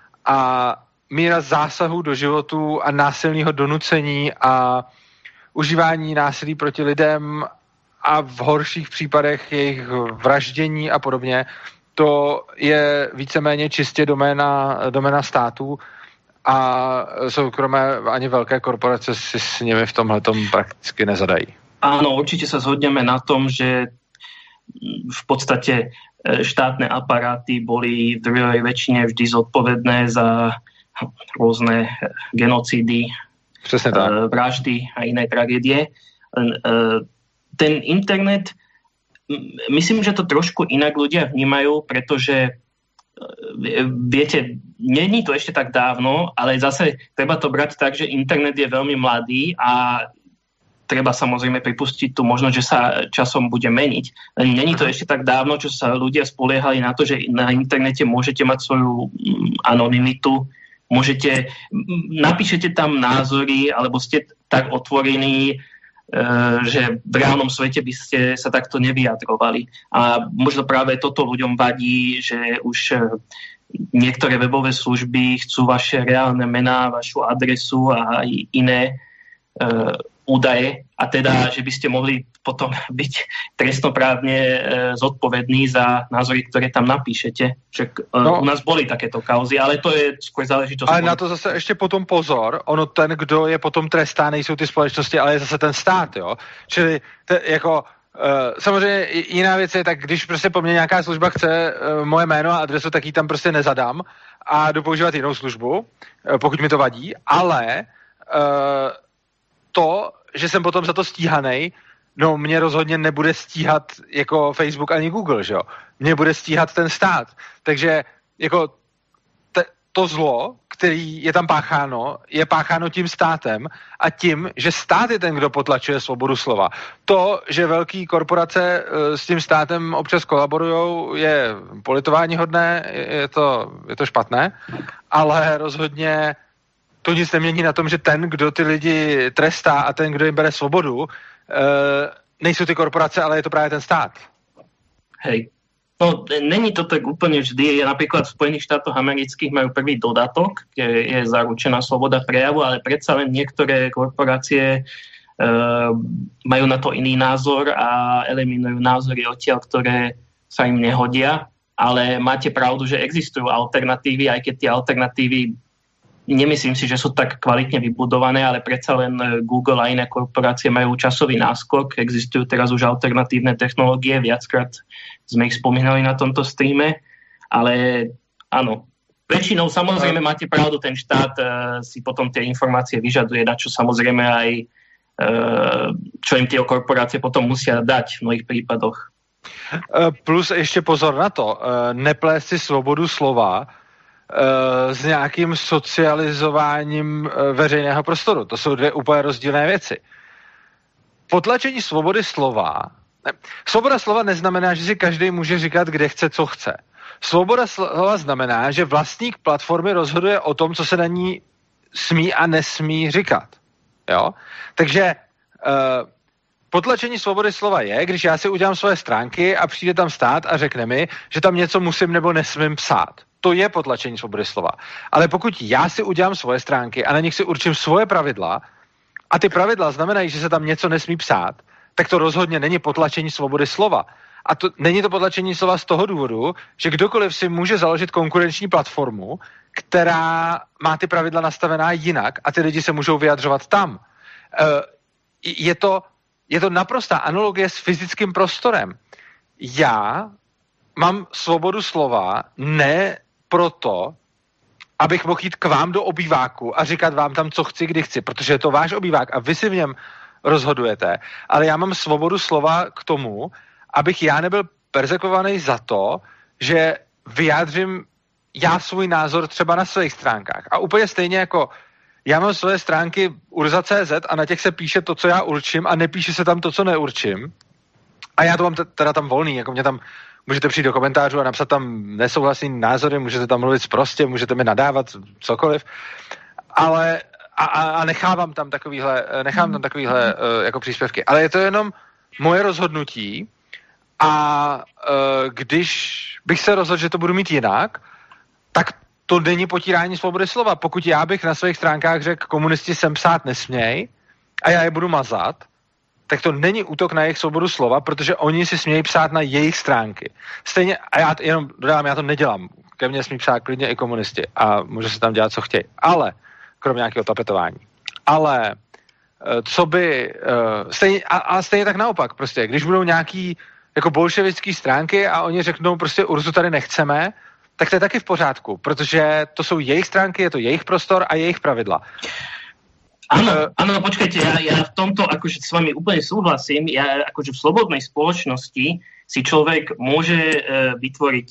A míra zásahu do životů a násilného donucení a užívání násilí proti lidem a v horších případech jejich vraždění a podobně, to je víceméně čistě doména, doména států. A soukromé ani velké korporace si s nimi v tomhletom prakticky nezadají. Áno, určite sa zhodneme na tom, že v podstate štátne aparáty boli v druhej väčšine vždy zodpovedné za rôzne genocídy, vraždy a iné tragédie. Ten internet, myslím, že to trošku inak ľudia vnímajú, pretože viete, není to ešte tak dávno, ale zase treba to brať tak, že internet je veľmi mladý a treba samozrejme pripustiť tu možnosť, že sa časom bude meniť. Není to ešte tak dávno, čo sa ľudia spoliehali na to, že na internete môžete mať svoju anonymitu, môžete, napíšete tam názory, alebo ste tak otvorení, že v reálnom svete by ste sa takto nevyjadrovali. A možno práve toto ľuďom vadí, že už niektoré webové služby chcú vaše reálne mená, vašu adresu a aj iné uh, údaje. A teda, že by ste mohli potom byť trestnoprávne uh, zodpovední za názory, ktoré tam napíšete. Však uh, no, u nás boli takéto kauzy, ale to je skôr záležitosť. Ale na to zase ještě potom pozor. Ono ten, kdo je potom trestá, nejsou ty společnosti, ale je zase ten stát, jo. Čili te, jako Uh, samozřejmě jiná věc je, tak když prostě po mně nějaká služba chce uh, moje jméno a adresu, tak ji tam prostě nezadám a jdu používat jinou službu, uh, pokud mi to vadí, ale uh, to, že jsem potom za to stíhanej, no mě rozhodně nebude stíhat jako Facebook ani Google, že jo? Mě bude stíhat ten stát. Takže jako te, to zlo, který je tam pácháno, je pácháno tím státem a tím, že stát je ten, kdo potlačuje svobodu slova. To, že velký korporace s tím státem občas kolaborujou, je politování hodné, je to, je to špatné, ale rozhodně to nic nemění na tom, že ten, kdo ty lidi trestá a ten, kdo jim bere svobodu, nejsou ty korporace, ale je to právě ten stát. Hej. No, není to tak úplne vždy. Napríklad v Spojených štátoch amerických majú prvý dodatok, kde je zaručená sloboda prejavu, ale predsa len niektoré korporácie e, majú na to iný názor a eliminujú názory odtiaľ, ktoré sa im nehodia. Ale máte pravdu, že existujú alternatívy, aj keď tie alternatívy nemyslím si, že sú tak kvalitne vybudované, ale predsa len Google a iné korporácie majú časový náskok. Existujú teraz už alternatívne technológie, viackrát sme ich spomínali na tomto streame, ale áno, väčšinou samozrejme máte pravdu, ten štát uh, si potom tie informácie vyžaduje, na čo samozrejme aj uh, čo im tie korporácie potom musia dať v mnohých prípadoch. Plus ještě pozor na to, neplést si svobodu slova s nějakým socializováním veřejného prostoru. To jsou dvě úplně rozdílné věci. Potlačení svobody slova. Ne, svoboda slova neznamená, že si každý může říkat, kde chce, co chce. Svoboda slova znamená, že vlastník platformy rozhoduje o tom, co se na ní smí a nesmí říkat. Jo? Takže uh, potlačení svobody slova je, když já si udělám svoje stránky a přijde tam stát a řekne mi, že tam něco musím nebo nesmím psát. To je potlačení svobody slova. Ale pokud já si udělám svoje stránky a na nich si určím svoje pravidla a ty pravidla znamenají, že se tam něco nesmí psát, tak to rozhodně není potlačení svobody slova. A to není to potlačení slova z toho důvodu, že kdokoliv si může založit konkurenční platformu, která má ty pravidla nastavená jinak a ty lidi se můžou vyjadřovat tam. Je to, je to naprostá analogie s fyzickým prostorem. Já mám svobodu slova ne proto, abych mohl jít k vám do obýváku a říkat vám tam, co chci, kdy chci, protože je to váš obývák a vy si v něm rozhodujete. Ale já mám svobodu slova k tomu, abych já nebyl perzekvovaný za to, že vyjádřím já svůj názor třeba na svých stránkách. A úplně stejně jako já mám svoje stránky urza tečka cé zet a na těch se píše to, co já určím a nepíše se tam to, co neurčím. A já to mám teda tam volný, jako mě tam můžete přijít do komentářů a napsat tam nesouhlasný názory, můžete tam mluvit prostě, můžete mi nadávat cokoliv, ale a, a nechávám tam takovýhle, nechám tam takovýhle uh, jako příspěvky. Ale je to jenom moje rozhodnutí a uh, když bych se rozhodl, že to budu mít jinak, tak to není potírání svobody slova. Pokud já bych na svých stránkách řekl, komunisti sem psát nesměj a já je budu mazat, tak to není útok na jejich svobodu slova, protože oni si smějí psát na jejich stránky. Stejně, a já jenom dodám, já to nedělám. Ke mně smí psát klidně i komunisti a může se tam dělat, co chtějí. Ale, kromě nějakého tapetování. Ale, co by, stejně, a, a stejně tak naopak, prostě, když budou nějaký jako bolševický stránky a oni řeknou prostě Urzu tady nechceme, tak to je taky v pořádku, protože to jsou jejich stránky, je to jejich prostor a jejich pravidla. Áno, áno, počkajte, ja, ja v tomto akože s vami úplne súhlasím. Ja akože v slobodnej spoločnosti si človek môže e, vytvoriť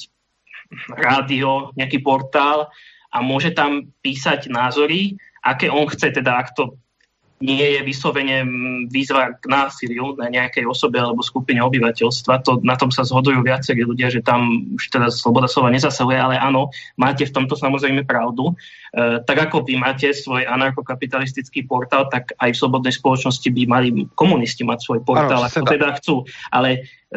rádio, nejaký portál a môže tam písať názory, aké on chce, teda ak to nie je vyslovene výzva k násiliu na nejakej osobe alebo skupine obyvateľstva. To, na tom sa zhodujú viacerí ľudia, že tam už teda sloboda slova nezasahuje, ale áno, máte v tomto samozrejme pravdu. E, tak ako vy máte svoj anarchokapitalistický portál, tak aj v slobodnej spoločnosti by mali komunisti mať svoj portál, ano, ako teda chcú. Ale e,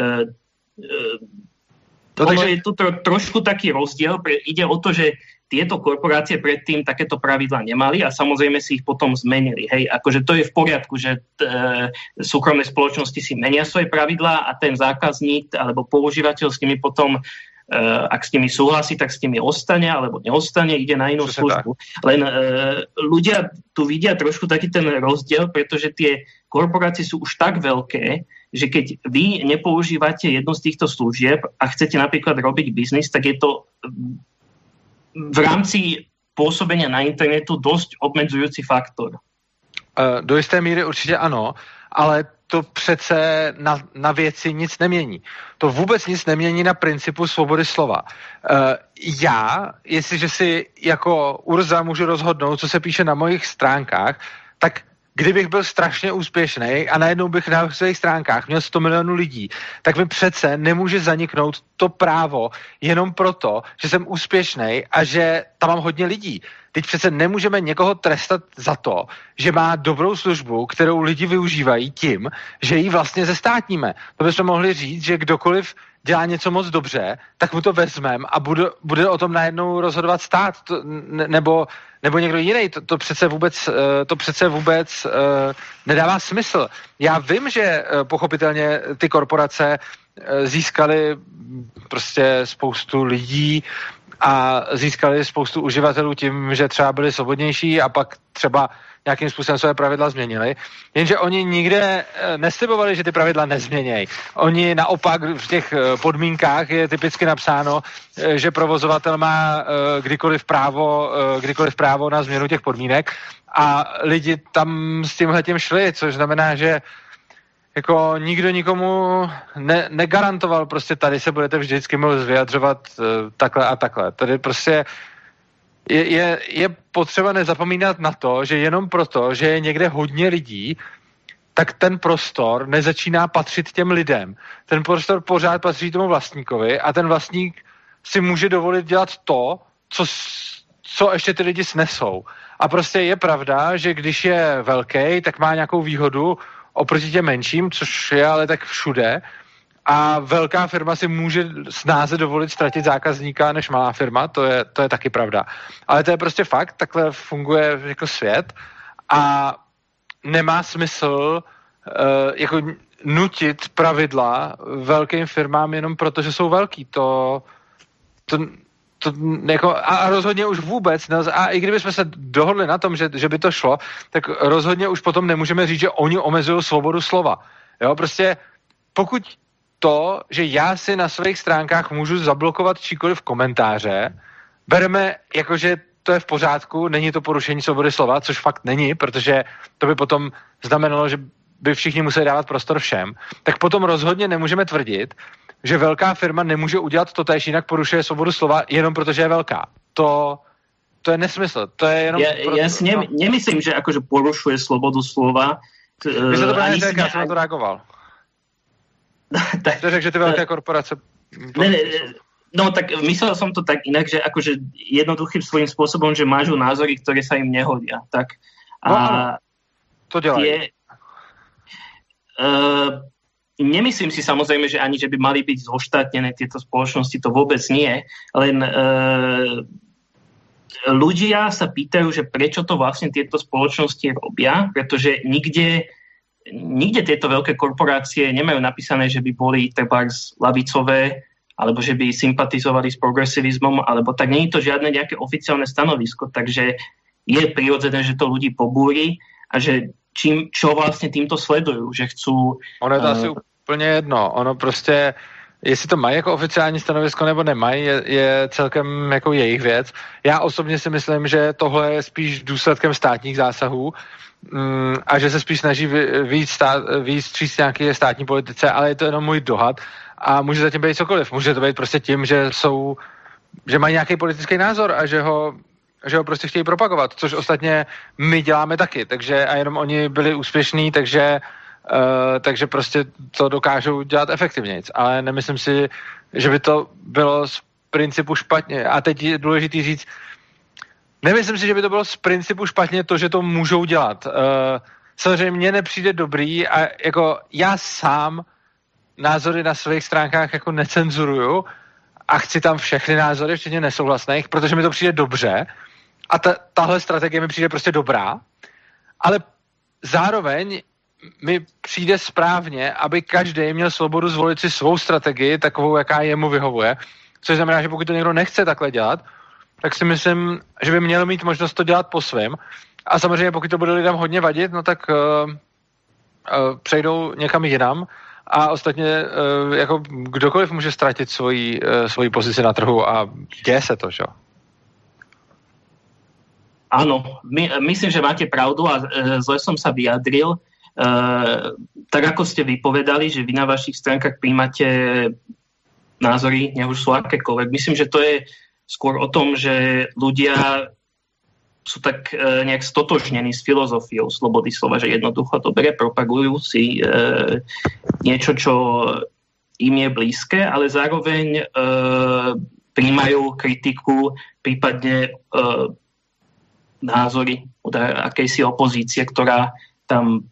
e, no, takže je tu tro, trošku taký rozdiel. Pre, ide o to, že tieto korporácie predtým takéto pravidlá nemali a samozrejme si ich potom zmenili. Hej, akože to je v poriadku, že t, e, súkromné spoločnosti si menia svoje pravidlá a ten zákazník alebo používateľ s nimi potom, e, ak s nimi súhlasí, tak s nimi ostane alebo neostane, ide na inú službu. Len e, ľudia tu vidia trošku taký ten rozdiel, pretože tie korporácie sú už tak veľké, že keď vy nepoužívate jednu z týchto služieb a chcete napríklad robiť biznis, tak je to v rámci pôsobenia na internetu dosť obmedzujúci faktor. Do jisté míry určitě ano, ale to přece na, na věci nic nemění. To vůbec nic nemění na principu svobody slova. Já, jestliže si jako Urza můžu rozhodnout, co se píše na mojich stránkách, tak kdybych byl strašně úspěšný a najednou bych na svých stránkách měl sto milionů lidí, tak mi přece nemůže zaniknout to právo jenom proto, že jsem úspěšný a že tam mám hodně lidí. Teď přece nemůžeme někoho trestat za to, že má dobrou službu, kterou lidi využívají tím, že ji vlastně zestátníme. To bychom mohli říct, že kdokoliv dělá něco moc dobře, tak mu to vezmem a bude, bude o tom najednou rozhodovat stát to, ne, nebo, nebo někdo jiný. To, to přece vůbec, to přece vůbec uh, nedává smysl. Já vím, že uh, pochopitelně ty korporace uh, získaly prostě spoustu lidí a získali spoustu uživatelů tím, že třeba byli svobodnější a pak třeba nějakým způsobem své pravidla změnili. Jenže oni nikde neslibovali, že ty pravidla nezměnějí. Oni naopak v těch podmínkách je typicky napsáno, že provozovatel má kdykoliv právo, kdykoliv právo na změnu těch podmínek a lidi tam s tímhletím šli, což znamená, že jako nikdo nikomu ne, negarantoval, prostě tady se budete vždycky moct vyjadřovat uh, takhle a takhle. Tady prostě je, je, je potřeba nezapomínat na to, že jenom proto, že je někde hodně lidí, tak ten prostor nezačíná patřit těm lidem. Ten prostor pořád patří tomu vlastníkovi a ten vlastník si může dovolit dělat to, co, co ještě ty lidi snesou. A prostě je pravda, že když je velký, tak má nějakou výhodu oproti těm menším, což je ale tak všude. A velká firma si může snáze dovolit ztratit zákazníka než malá firma, to je, to je taky pravda. Ale to je prostě fakt, takhle funguje jako svět a nemá smysl uh, jako nutit pravidla velkým firmám jenom proto, že jsou velký. To, to, to jako, a rozhodně už vůbec nelze. A i kdybychom se dohodli na tom, že, že by to šlo, tak rozhodně už potom nemůžeme říct, že oni omezují svobodu slova. Jo, prostě pokud to, že já si na svých stránkách můžu zablokovat číkoliv komentáře, bereme jako, že to je v pořádku, není to porušení svobody slova, což fakt není, protože to by potom znamenalo, že by všichni museli dávat prostor všem, tak potom rozhodně nemůžeme tvrdit, že velká firma nemůže udělat totéž, jinak porušuje svobodu slova jenom protože je velká. To, to je nesmysl. To je jenom... Ja, proto, ja si ne, no. nemyslím, že akože porušuje slobodu slova. Vy jste to právě řekl, já jsem na to reagoval. tak, to řekl, že ty velké korporace... Ne, ne, no tak myslel som to tak inak, že akože jednoduchým svojím spôsobom, že mážu názory, ktoré sa im nehodia. Tak, a no áno, to dělají. Tie, uh, nemyslím si samozrejme, že ani, že by mali byť zoštátnené tieto spoločnosti, to vôbec nie, len uh, ľudia sa pýtajú, že prečo to vlastne tieto spoločnosti robia, pretože nikde nikde tieto veľké korporácie nemajú napísané, že by boli trebárs lavicové, alebo že by sympatizovali s progresivizmom, alebo tak nie je to žiadne nejaké oficiálne stanovisko, takže je prirodzené, že to ľudí pobúri a že čím, čo vlastne týmto sledujú, že chcú... Ono je to uh, asi úplně jedno, ono prostě, jestli to mají jako oficiální stanovisko nebo nemají, je, je celkem jako jejich věc. Já osobně si myslím, že tohle je spíš důsledkem státních zásahů, Mm, a že se spíš snaží víc, stát, víc tříct nějaké státní politice, ale je to jenom můj dohad a může zatím být cokoliv. Může to být prostě tím, že jsou, že mají nějaký politický názor a že ho, že ho prostě chtějí propagovat, což ostatně my děláme taky, takže a jenom oni byli úspěšní, takže, uh, takže prostě to dokážou dělat efektivnějc, ale nemyslím si, že by to bylo z principu špatně. A teď je důležitý říct, nemyslím si, že by to bylo z principu špatně to, že to můžou dělat. Uh, samozřejmě mně nepřijde dobrý a jako já sám názory na svých stránkách jako necenzuruju a chci tam všechny názory, včetně nesouhlasných, protože mi to přijde dobře a ta, tahle strategie mi přijde prostě dobrá, ale zároveň mi přijde správně, aby každý měl svobodu zvolit si svou strategii, takovou, jaká jemu vyhovuje, což znamená, že pokud to někdo nechce takhle dělat, tak si myslím, že by měl mít možnost to dělat po svém. A samozřejmě, pokud to bude lidem hodně vadit, no tak uh, uh, přejdou někam jinam a ostatně uh, jako kdokoliv může ztratit svoji, uh, svoji pozici na trhu a děje se to, že jo? Áno, my, myslím, že máte pravdu a uh, zle som sa vyjadril. Uh, tak ako ste vypovedali, že vy na vašich stránkach príjmate názory, nech už sú akékoľvek. Myslím, že to je skôr o tom, že ľudia sú tak e, nejak stotožnení s filozofiou slobody slova, že jednoducho dobre propagujú si e, niečo, čo im je blízke, ale zároveň e, prijímajú kritiku, prípadne e, názory od akejsi opozície, ktorá tam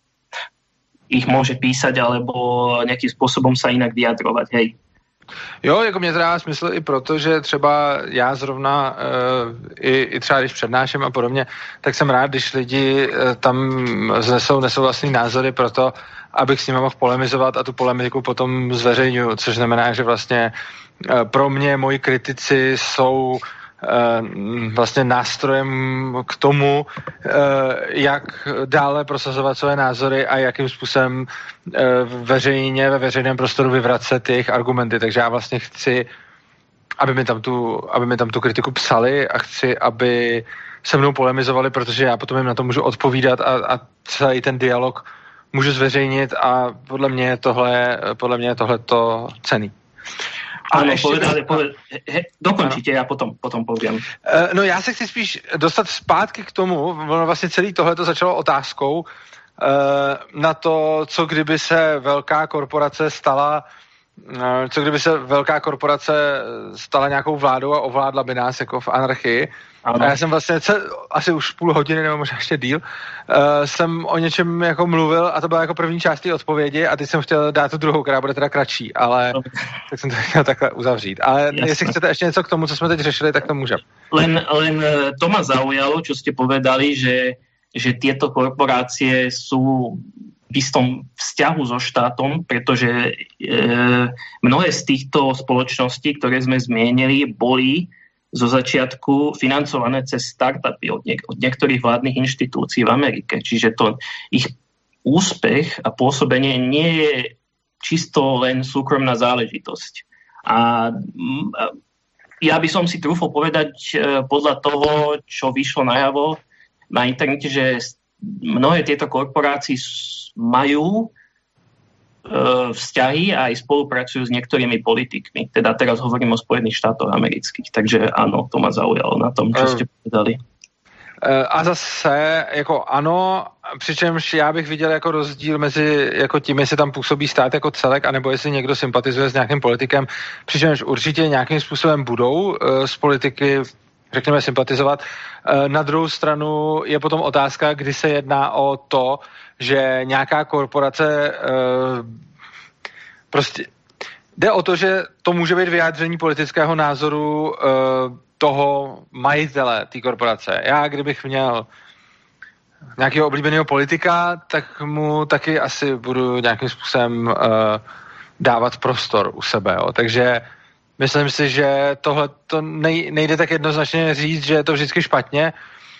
ich môže písať alebo nejakým spôsobom sa inak vyjadrovať. Hej. Jo, jako mě to dává smysl i proto, že třeba já zrovna e, i, i třeba když přednáším a podobně, tak jsem rád, když lidi e, tam znesou nesouhlasný názory proto, abych s nimi mohl polemizovat a tu polemiku potom zveřejňuju, což znamená, že vlastně e, pro mě moji kritici jsou vlastně nástrojem k tomu, jak dále prosazovat své názory a jakým způsobem veřejně ve veřejném prostoru vyvracet jejich argumenty. Takže já vlastně chci, aby mi tam tu, aby mi tam tu kritiku psali a chci, aby se mnou polemizovali, protože já potom jim na to můžu odpovídat a, a celý ten dialog můžu zveřejnit a podle mě je tohle, podle mě je tohle to cenný. Áno, povedali, povedali, he, dokončite, ja potom, potom poviem. No já se chci spíš dostat zpátky k tomu, ono vlastně celý tohle to začalo otázkou na to, co kdyby se velká korporace stala, co kdyby se velká korporace stala nějakou vládou a ovládla by nás jako v anarchii. Ano. A já jsem vlastně cel, asi už půl hodiny nebo možná ještě díl uh, jsem o něčem jako mluvil a to byla jako první část té odpovědi a teď jsem chtěl dát tu druhou, která bude teda kratší, ale no. Tak jsem to chtěl takhle uzavřít. Ale jasne. Jestli chcete ještě něco k tomu, co jsme teď řešili, tak to můžem. Len, len to ma zaujalo, čo ste povedali, že, že tieto korporácie sú v istom vzťahu so štátom, pretože e, mnohé z týchto spoločností, ktoré sme zmienili, boli zo začiatku financované cez startupy od, niek- od niektorých vládnych inštitúcií v Amerike. Čiže to ich úspech a pôsobenie nie je čisto len súkromná záležitosť. A ja by som si trúfol povedať podľa toho, čo vyšlo najavo na internete, že mnohé tieto korporácie majú vzťahy a aj spolupracujú s niektorými politikmi. Teda teraz hovorím o Spojených štátoch amerických. Takže áno, to ma zaujalo na tom, čo ste povedali. A zase, jako ano, přičemž já bych viděl jako rozdíl mezi jako tím, jestli tam působí stát jako celek, anebo jestli někdo sympatizuje s nějakým politikem, přičemž určitě nějakým způsobem budou uh, z politiky, řekněme, sympatizovat. Uh, na druhou stranu je potom otázka, kdy se jedná o to, že nějaká korporace uh, prostě jde o to, že to může být vyjádření politického názoru uh, toho majitele té korporace. Já, kdybych měl nějakého oblíbeného politika, tak mu taky asi budu nějakým způsobem uh, dávat prostor u sebe. Jo. Takže myslím si, že tohle to nej, nejde tak jednoznačně říct, že je to vždycky špatně.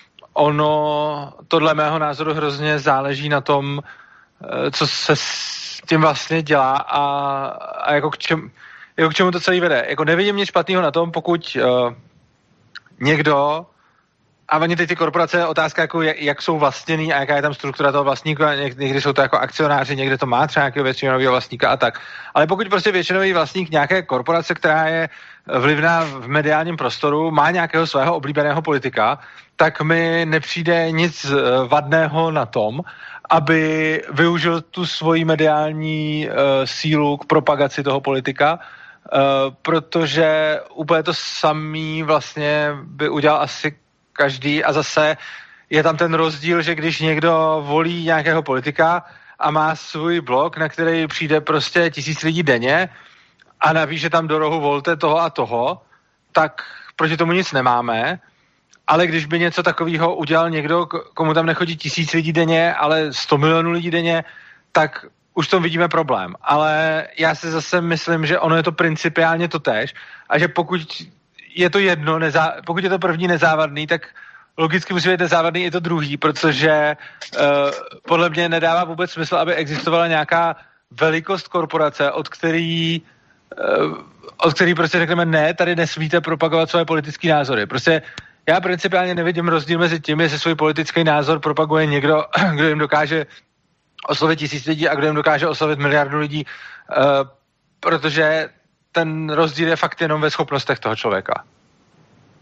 Ono, podle mého názoru, hrozně záleží na tom, uh, co se s tím vlastně dělá a, a jako, k čem, jako k čemu to celý vede. Jako nevidím nic špatného na tom, pokud uh, někdo, a oni teď ty korporace je otázka, jako jak, jak jsou vlastněný a jaká je tam struktura toho vlastníka, někdy jsou to jako akcionáři, někde to má třeba nějakého většinového vlastníka a tak. Ale pokud prostě většinový vlastník nějaké korporace, která je vlivná v mediálním prostoru, má nějakého svého oblíbeného politika, tak mi nepřijde nic vadného na tom, aby využil tu svoji mediální uh, sílu k propagaci toho politika, Uh, protože úplně to samý vlastně by udělal asi každý a zase je tam ten rozdíl, že když někdo volí nějakého politika a má svůj blog, na který přijde prostě tisíc lidí denně a napíše tam do rohu volte toho a toho, tak proti tomu nic nemáme, ale když by něco takového udělal někdo, komu tam nechodí tisíc lidí denně, ale sto milionů lidí denně, tak už tom vidíme problém, ale já si zase myslím, že ono je to principiálně totéž a že pokud je to jedno, nezá, pokud je to první nezávadný, tak logicky musí být nezávadný i to druhý, protože uh, podle mě nedává vůbec smysl, aby existovala nějaká velikost korporace, od který, uh, od který prostě řekneme ne, tady nesmíte propagovat své politické názory. Prostě já principiálně nevidím rozdíl mezi tím, jestli svůj politický názor propaguje někdo, kdo jim dokáže oslovit tisíc lidí a kdo jim dokáže oslovit miliardu lidí, uh, protože ten rozdíl je fakt jenom ve schopnostech toho člověka.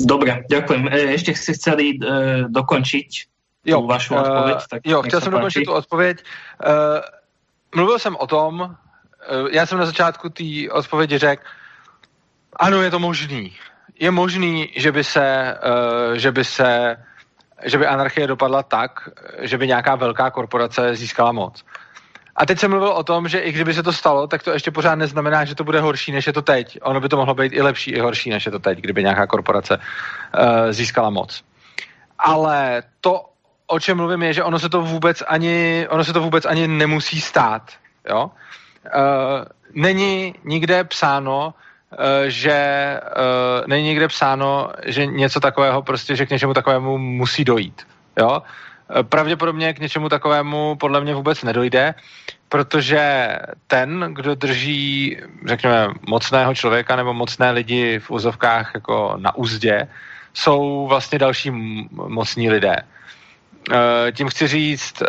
Dobre, ďakujem. Ešte si chceli e, dokončiť jo, tu vašu odpověď? Tak jo, chtěl jsem dokončit tu odpověď. Uh, mluvil jsem o tom, uh, já jsem na začátku té odpovědi řekl, ano, je to možný. Je možný, že by se, uh, že by se, že by anarchie dopadla tak, že by nějaká velká korporace získala moc. A teď jsem mluvil o tom, že i kdyby se to stalo, tak to ještě pořád neznamená, že to bude horší, než je to teď. Ono by to mohlo být i lepší, i horší, než je to teď, kdyby nějaká korporace uh, získala moc. Ale to, o čem mluvím, je, že ono se to vůbec ani, ono se to vůbec ani nemusí stát. Jo? Uh, není nikde psáno, uh, že uh, není nikde psáno, že něco takového prostě, že k něčemu takovému musí dojít. Jo? Uh, pravděpodobně k něčemu takovému podle mě vůbec nedojde, protože ten, kdo drží, řekněme, mocného člověka nebo mocné lidi v úzovkách jako na uzdě, jsou vlastně další mocní lidé. Tím chci říct,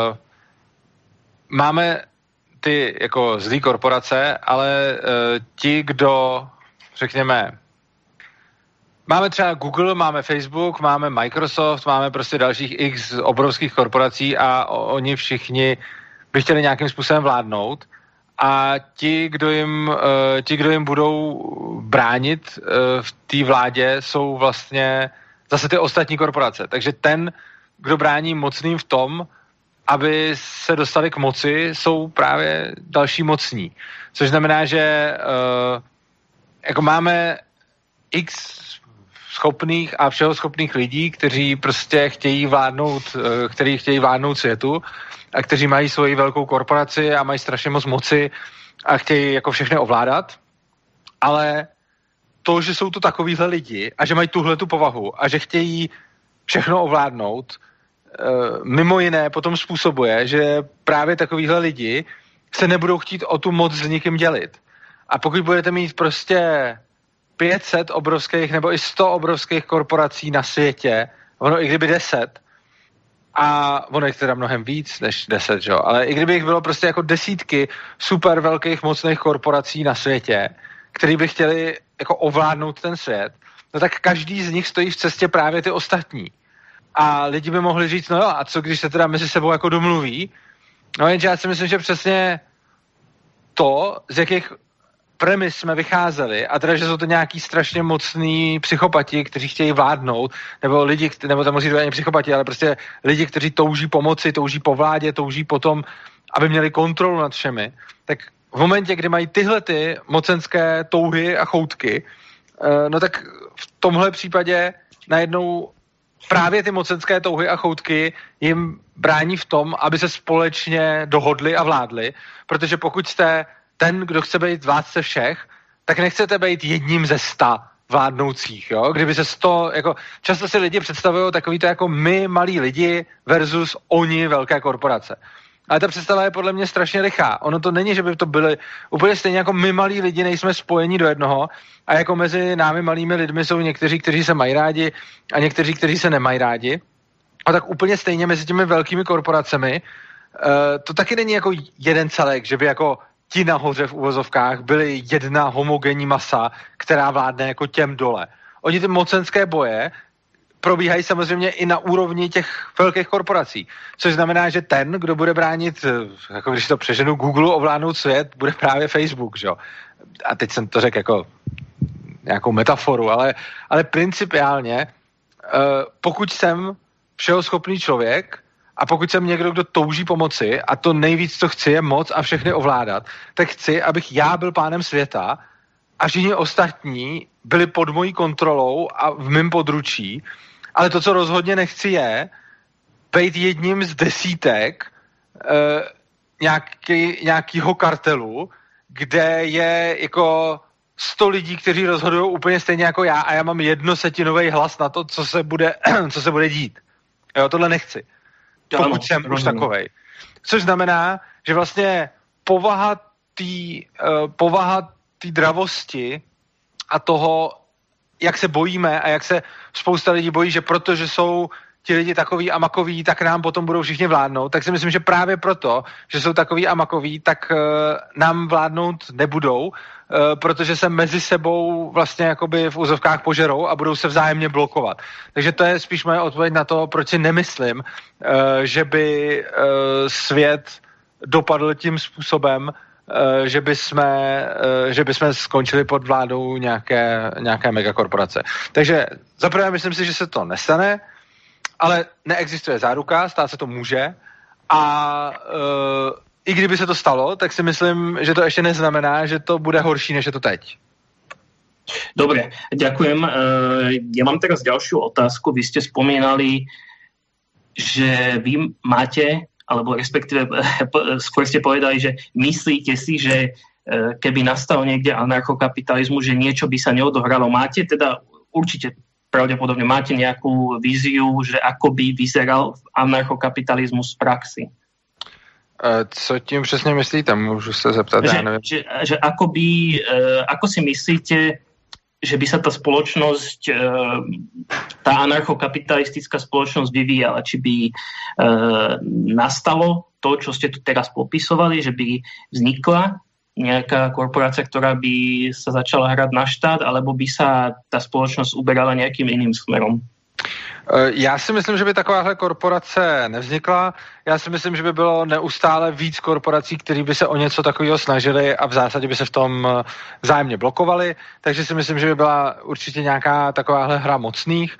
máme ty jako zlý korporace, ale ti, kdo, řekněme, máme třeba Google, máme Facebook, máme Microsoft, máme prostě dalších x obrovských korporací a oni všichni by chtěli nějakým způsobem vládnout a ti, kdo jim, ti, kdo jim budou bránit v té vládě, jsou vlastně zase ty ostatní korporace. Takže ten, kdo brání mocným v tom, aby se dostali k moci, jsou právě další mocní. Což znamená, že uh, jako máme x schopných a všeho schopných lidí, kteří prostě chtějí vládnout, uh, kteří chtějí vládnout světu a kteří mají svoji velkou korporaci a mají strašně moc moci a chtějí jako všechny ovládat. Ale to, že jsou to takovýhle lidi a že mají tuhletu povahu a že chtějí všechno ovládnout, mimo jiné potom způsobuje, že právě takovýhle lidi se nebudou chtít o tu moc s nikým dělit. A pokud budete mít prostě pět set obrovských nebo i sto obrovských korporací na světě, ono i kdyby deset, a ono je teda mnohem víc než deset, jo, ale i kdyby jich bylo prostě jako desítky super velkých mocných korporací na světě, který by chtěli jako ovládnout ten svět, no tak každý z nich stojí v cestě právě ty ostatní. A lidi by mohli říct, no jo, a co když se teda mezi sebou jako domluví? No jenže já si myslím, že přesně to, z jakých premis jsme vycházeli, a teda, že jsou to nějaký strašně mocný psychopati, kteří chtějí vládnout, nebo lidi, nebo tam musí být ani psychopati, ale prostě lidi, kteří touží pomoci, touží po vládě, touží potom, aby měli kontrolu nad všemi, tak v momentě, kdy mají tyhle ty mocenské touhy a choutky, no tak v tomhle případě najednou právě ty mocenské touhy a choutky jim brání v tom, aby se společně dohodli a vládli, protože pokud jste ten, kdo chce být vládce všech, tak nechcete být jedním ze sta vládnoucích, jo? Kdyby se sto, jako, často si lidi představují takový to jako my malí lidi versus oni velké korporace. Ale ta představa je podle mě strašně lichá. Ono to není, že by to byly úplně stejně jako my malí lidi nejsme spojeni do jednoho a jako mezi námi malými lidmi jsou někteří, kteří se mají rádi a někteří, kteří se nemají rádi. A tak úplně stejně mezi těmi velkými korporacemi uh, to taky není jako jeden celek, že by jako ti nahoře v uvozovkách byly jedna homogenní masa, která vládne jako těm dole. Oni ty mocenské boje probíhají samozřejmě i na úrovni těch velkých korporací. Což znamená, že ten, kdo bude bránit, jako když to přeženu, Google ovládnout svět, bude právě Facebook, že jo. A teď jsem to řekl jako nějakou metaforu, ale, ale principiálně, pokud jsem všeho schopný člověk a pokud jsem někdo, kdo touží pomoci a to nejvíc, co chci, je moc a všechny ovládat, tak chci, abych já byl pánem světa a všichni ostatní byli pod mojí kontrolou a v mém područí, ale to, co rozhodně nechci, je být jedním z desítek e, nějaký, nějakýho kartelu, kde je jako sto lidí, kteří rozhodují úplně stejně jako já a já mám jednosetinový hlas na to, co se bude, co se bude dít. Jo, tohle nechci. Pokud ano, jsem rozumím. Už takovej. Což znamená, že vlastně povaha té uh, povaha té dravosti a toho, jak se bojíme a jak se spousta lidí bojí, že protože jsou ti lidi takový a makoví, tak nám potom budou všichni vládnout, tak si myslím, že právě proto, že jsou takový a makoví, tak uh, nám vládnout nebudou, protože se mezi sebou vlastně jakoby v úzovkách požerou a budou se vzájemně blokovat. Takže to je spíš moje odpověď na to, proč si nemyslím, že by svět dopadl tím způsobem, že by jsme, že by jsme skončili pod vládou nějaké, nějaké megakorporace. Takže zaprvé myslím si, že se to nestane, ale neexistuje záruka, stát se to může a uh, i kdyby se to stalo, tak si myslím, že to ještě neznamená, že to bude horší, než je to teď. Dobre, ďakujem. Ja mám teraz ďalšiu otázku. Vy ste spomínali, že vy máte, alebo respektíve skôr ste povedali, že myslíte si, že keby nastal niekde anarchokapitalizmus, že niečo by sa neodohralo. Máte teda určite pravdepodobne máte nejakú víziu, že ako by vyzeral anarchokapitalizmus v praxi? Co tím přesně myslíte? Můžu se zeptat, že, já nevím. Že, že ako, by, ako si myslíte, že by sa tá spoločnosť, tá anarchokapitalistická spoločnosť vyvíjala? Či by nastalo to, čo ste tu teraz popisovali, že by vznikla nejaká korporácia, ktorá by sa začala hrať na štát, alebo by sa tá spoločnosť uberala nejakým iným smerom? Já si myslím, že by takováhle korporace nevznikla. Já si myslím, že by bylo neustále víc korporací, které by se o něco takového snažili a v zásadě by se v tom vzájemně blokovali. Takže si myslím, že by byla určitě nějaká takováhle hra mocných.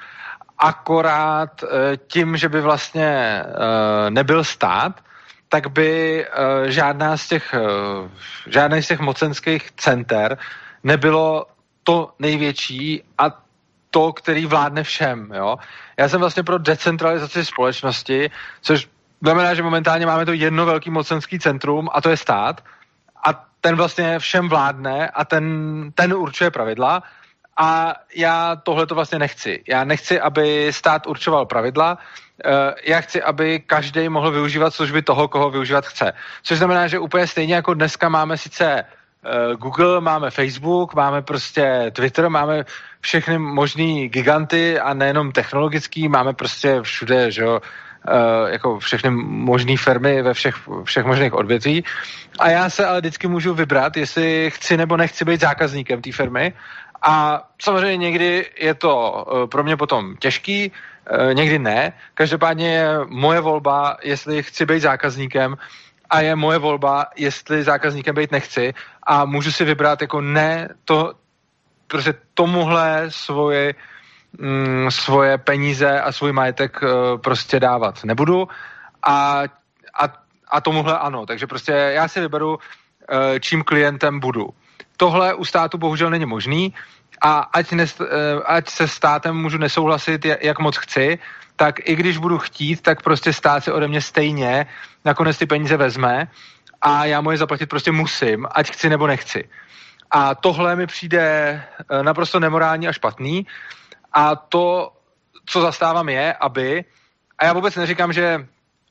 Akorát tím, že by vlastně nebyl stát, tak by žádná z těch, žádný z těch mocenských center nebylo to největší a to, který vládne všem. Jo? Já jsem vlastně pro decentralizaci společnosti, což znamená, že momentálně máme to jedno velký mocenský centrum a to je stát a ten vlastně všem vládne a ten, ten určuje pravidla a já tohle to vlastně nechci. Já nechci, aby stát určoval pravidla, já chci, aby každý mohl využívat služby toho, koho využívat chce. Což znamená, že úplně stejně jako dneska máme sice Google, máme Facebook, máme prostě Twitter, máme všechny možný giganty a nejenom technologický, máme prostě všude, že jo, jako všechny možný firmy ve všech, všech možných odvětví. A já se ale vždycky můžu vybrat, jestli chci nebo nechci být zákazníkem té firmy. A samozřejmě někdy je to pro mě potom těžký, někdy ne. Každopádně je moje volba, jestli chci být zákazníkem, a je moje volba, jestli zákazníkem být nechci a můžu si vybrat jako ne to, prostě tomuhle svoje, mm, svoje peníze a svůj majetek uh, prostě dávat nebudu a, a, a tomuhle ano, takže prostě já si vyberu, uh, čím klientem budu. Tohle u státu bohužel není možný a ať, ne, uh, ať se státem můžu nesouhlasit, jak moc chci, tak i když budu chtít, tak prostě stát si ode mě stejně nakonec ty peníze vezme a já mu je zaplatit prostě musím, ať chci nebo nechci. A tohle mi přijde naprosto nemorální a špatný a to, co zastávám je, aby, a já vůbec neříkám, že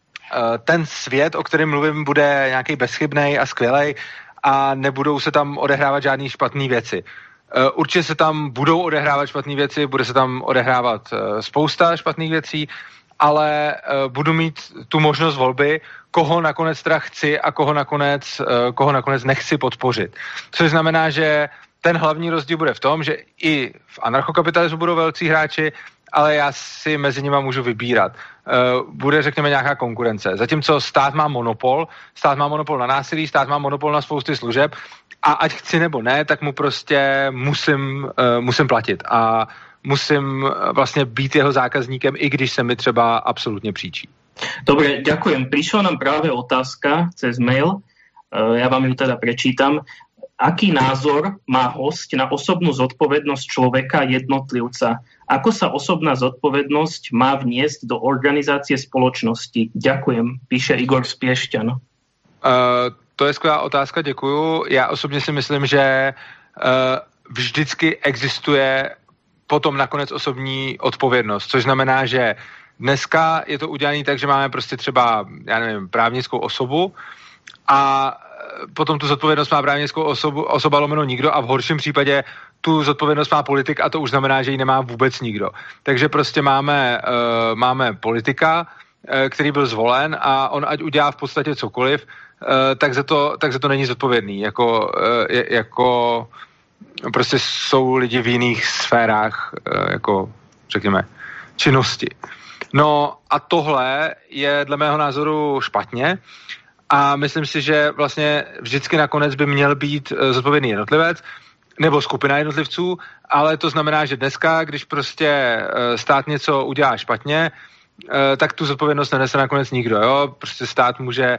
ten svět, o kterém mluvím, bude nějaký bezchybnej a skvělej a nebudou se tam odehrávat žádný špatný věci. Určitě se tam budou odehrávat špatné věci, bude se tam odehrávat spousta špatných věcí, ale budu mít tu možnost volby, koho nakonec teda chci a koho nakonec, koho nakonec nechci podpořit. Což znamená, že ten hlavní rozdíl bude v tom, že i v anarchokapitalismu budou velcí hráči, ale já si mezi nimi můžu vybírat. Bude, řekněme, nějaká konkurence. Zatímco stát má monopol, stát má monopol na násilí, stát má monopol na spousty služeb, a ať chci nebo ne, tak mu prostě musím, uh, musím platit a musím vlastně být jeho zákazníkem, i když se mi třeba absolutně příčí. Dobre, ďakujem. Prišla nám práve otázka cez mail, uh, ja vám ju teda prečítam. Aký názor má hosť na osobnú zodpovednosť človeka jednotlivca? Ako sa osobná zodpovednosť má vniesť do organizácie spoločnosti? Ďakujem, píše Igor z Piešťan. Uh, To je skvělá otázka, děkuju. Já osobně si myslím, že uh, vždycky existuje potom nakonec osobní odpovědnost, což znamená, že dneska je to udělané tak, že máme prostě třeba, já nevím, právnickou osobu a potom tu zodpovědnost má právnickou osobu, osoba lomeno nikdo a v horším případě tu zodpovědnost má politik a to už znamená, že ji nemá vůbec nikdo. Takže prostě máme, uh, máme politika, který byl zvolen a on ať udělá v podstatě cokoliv, tak za to, tak za to není zodpovědný. Jako, jako prostě jsou lidi v jiných sférách, jako řekněme, činnosti. No a tohle je dle mého názoru špatně a myslím si, že vlastně vždycky nakonec by měl být zodpovědný jednotlivec nebo skupina jednotlivců, ale to znamená, že dneska, když prostě stát něco udělá špatně, tak tu zodpovědnost nenese nakonec nikdo. Jo? Prostě stát může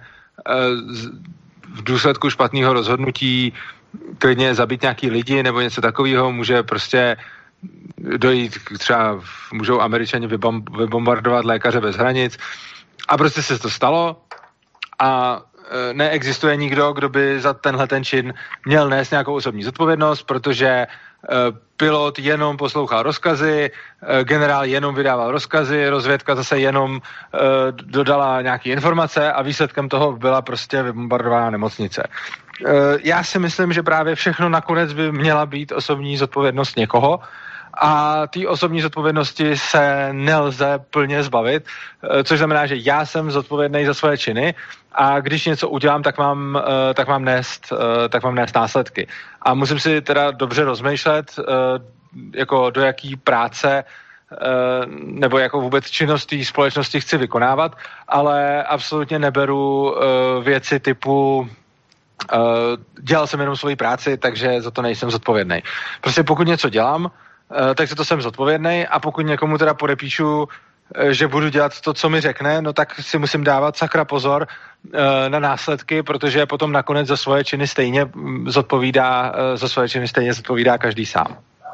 v důsledku špatného rozhodnutí klidně zabít nějaký lidi nebo něco takového, může prostě dojít, třeba můžou Američani vybombardovat lékaře bez hranic a prostě se to stalo a neexistuje nikdo, kdo by za tenhle ten čin měl nést nějakou osobní zodpovědnost, protože pilot jenom poslouchal rozkazy, generál jenom vydával rozkazy, rozvědka zase jenom dodala nějaké informace a výsledkem toho byla prostě vybombardovaná nemocnice. Já si myslím, že právě všechno nakonec by měla být osobní zodpovědnost někoho a té osobní zodpovědnosti se nelze plně zbavit, což znamená, že já jsem zodpovědný za svoje činy a když něco udělám, tak mám, tak mám nést, tak mám nést následky. A musím si teda dobře rozmýšlet, jako do jaký práce nebo jako vůbec činnost té společnosti chci vykonávat, ale absolutně neberu věci typu dělal jsem jenom svoji práci, takže za to nejsem zodpovědný. Prostě pokud něco dělám, tak za to jsem zodpovědný a pokud někomu teda podepíšu, že budu dělat to, co mi řekne, no tak si musím dávat sakra pozor na následky, protože potom nakonec za svoje činy stejně zodpovídá, za svoje činy stejně zodpovídá každý sám.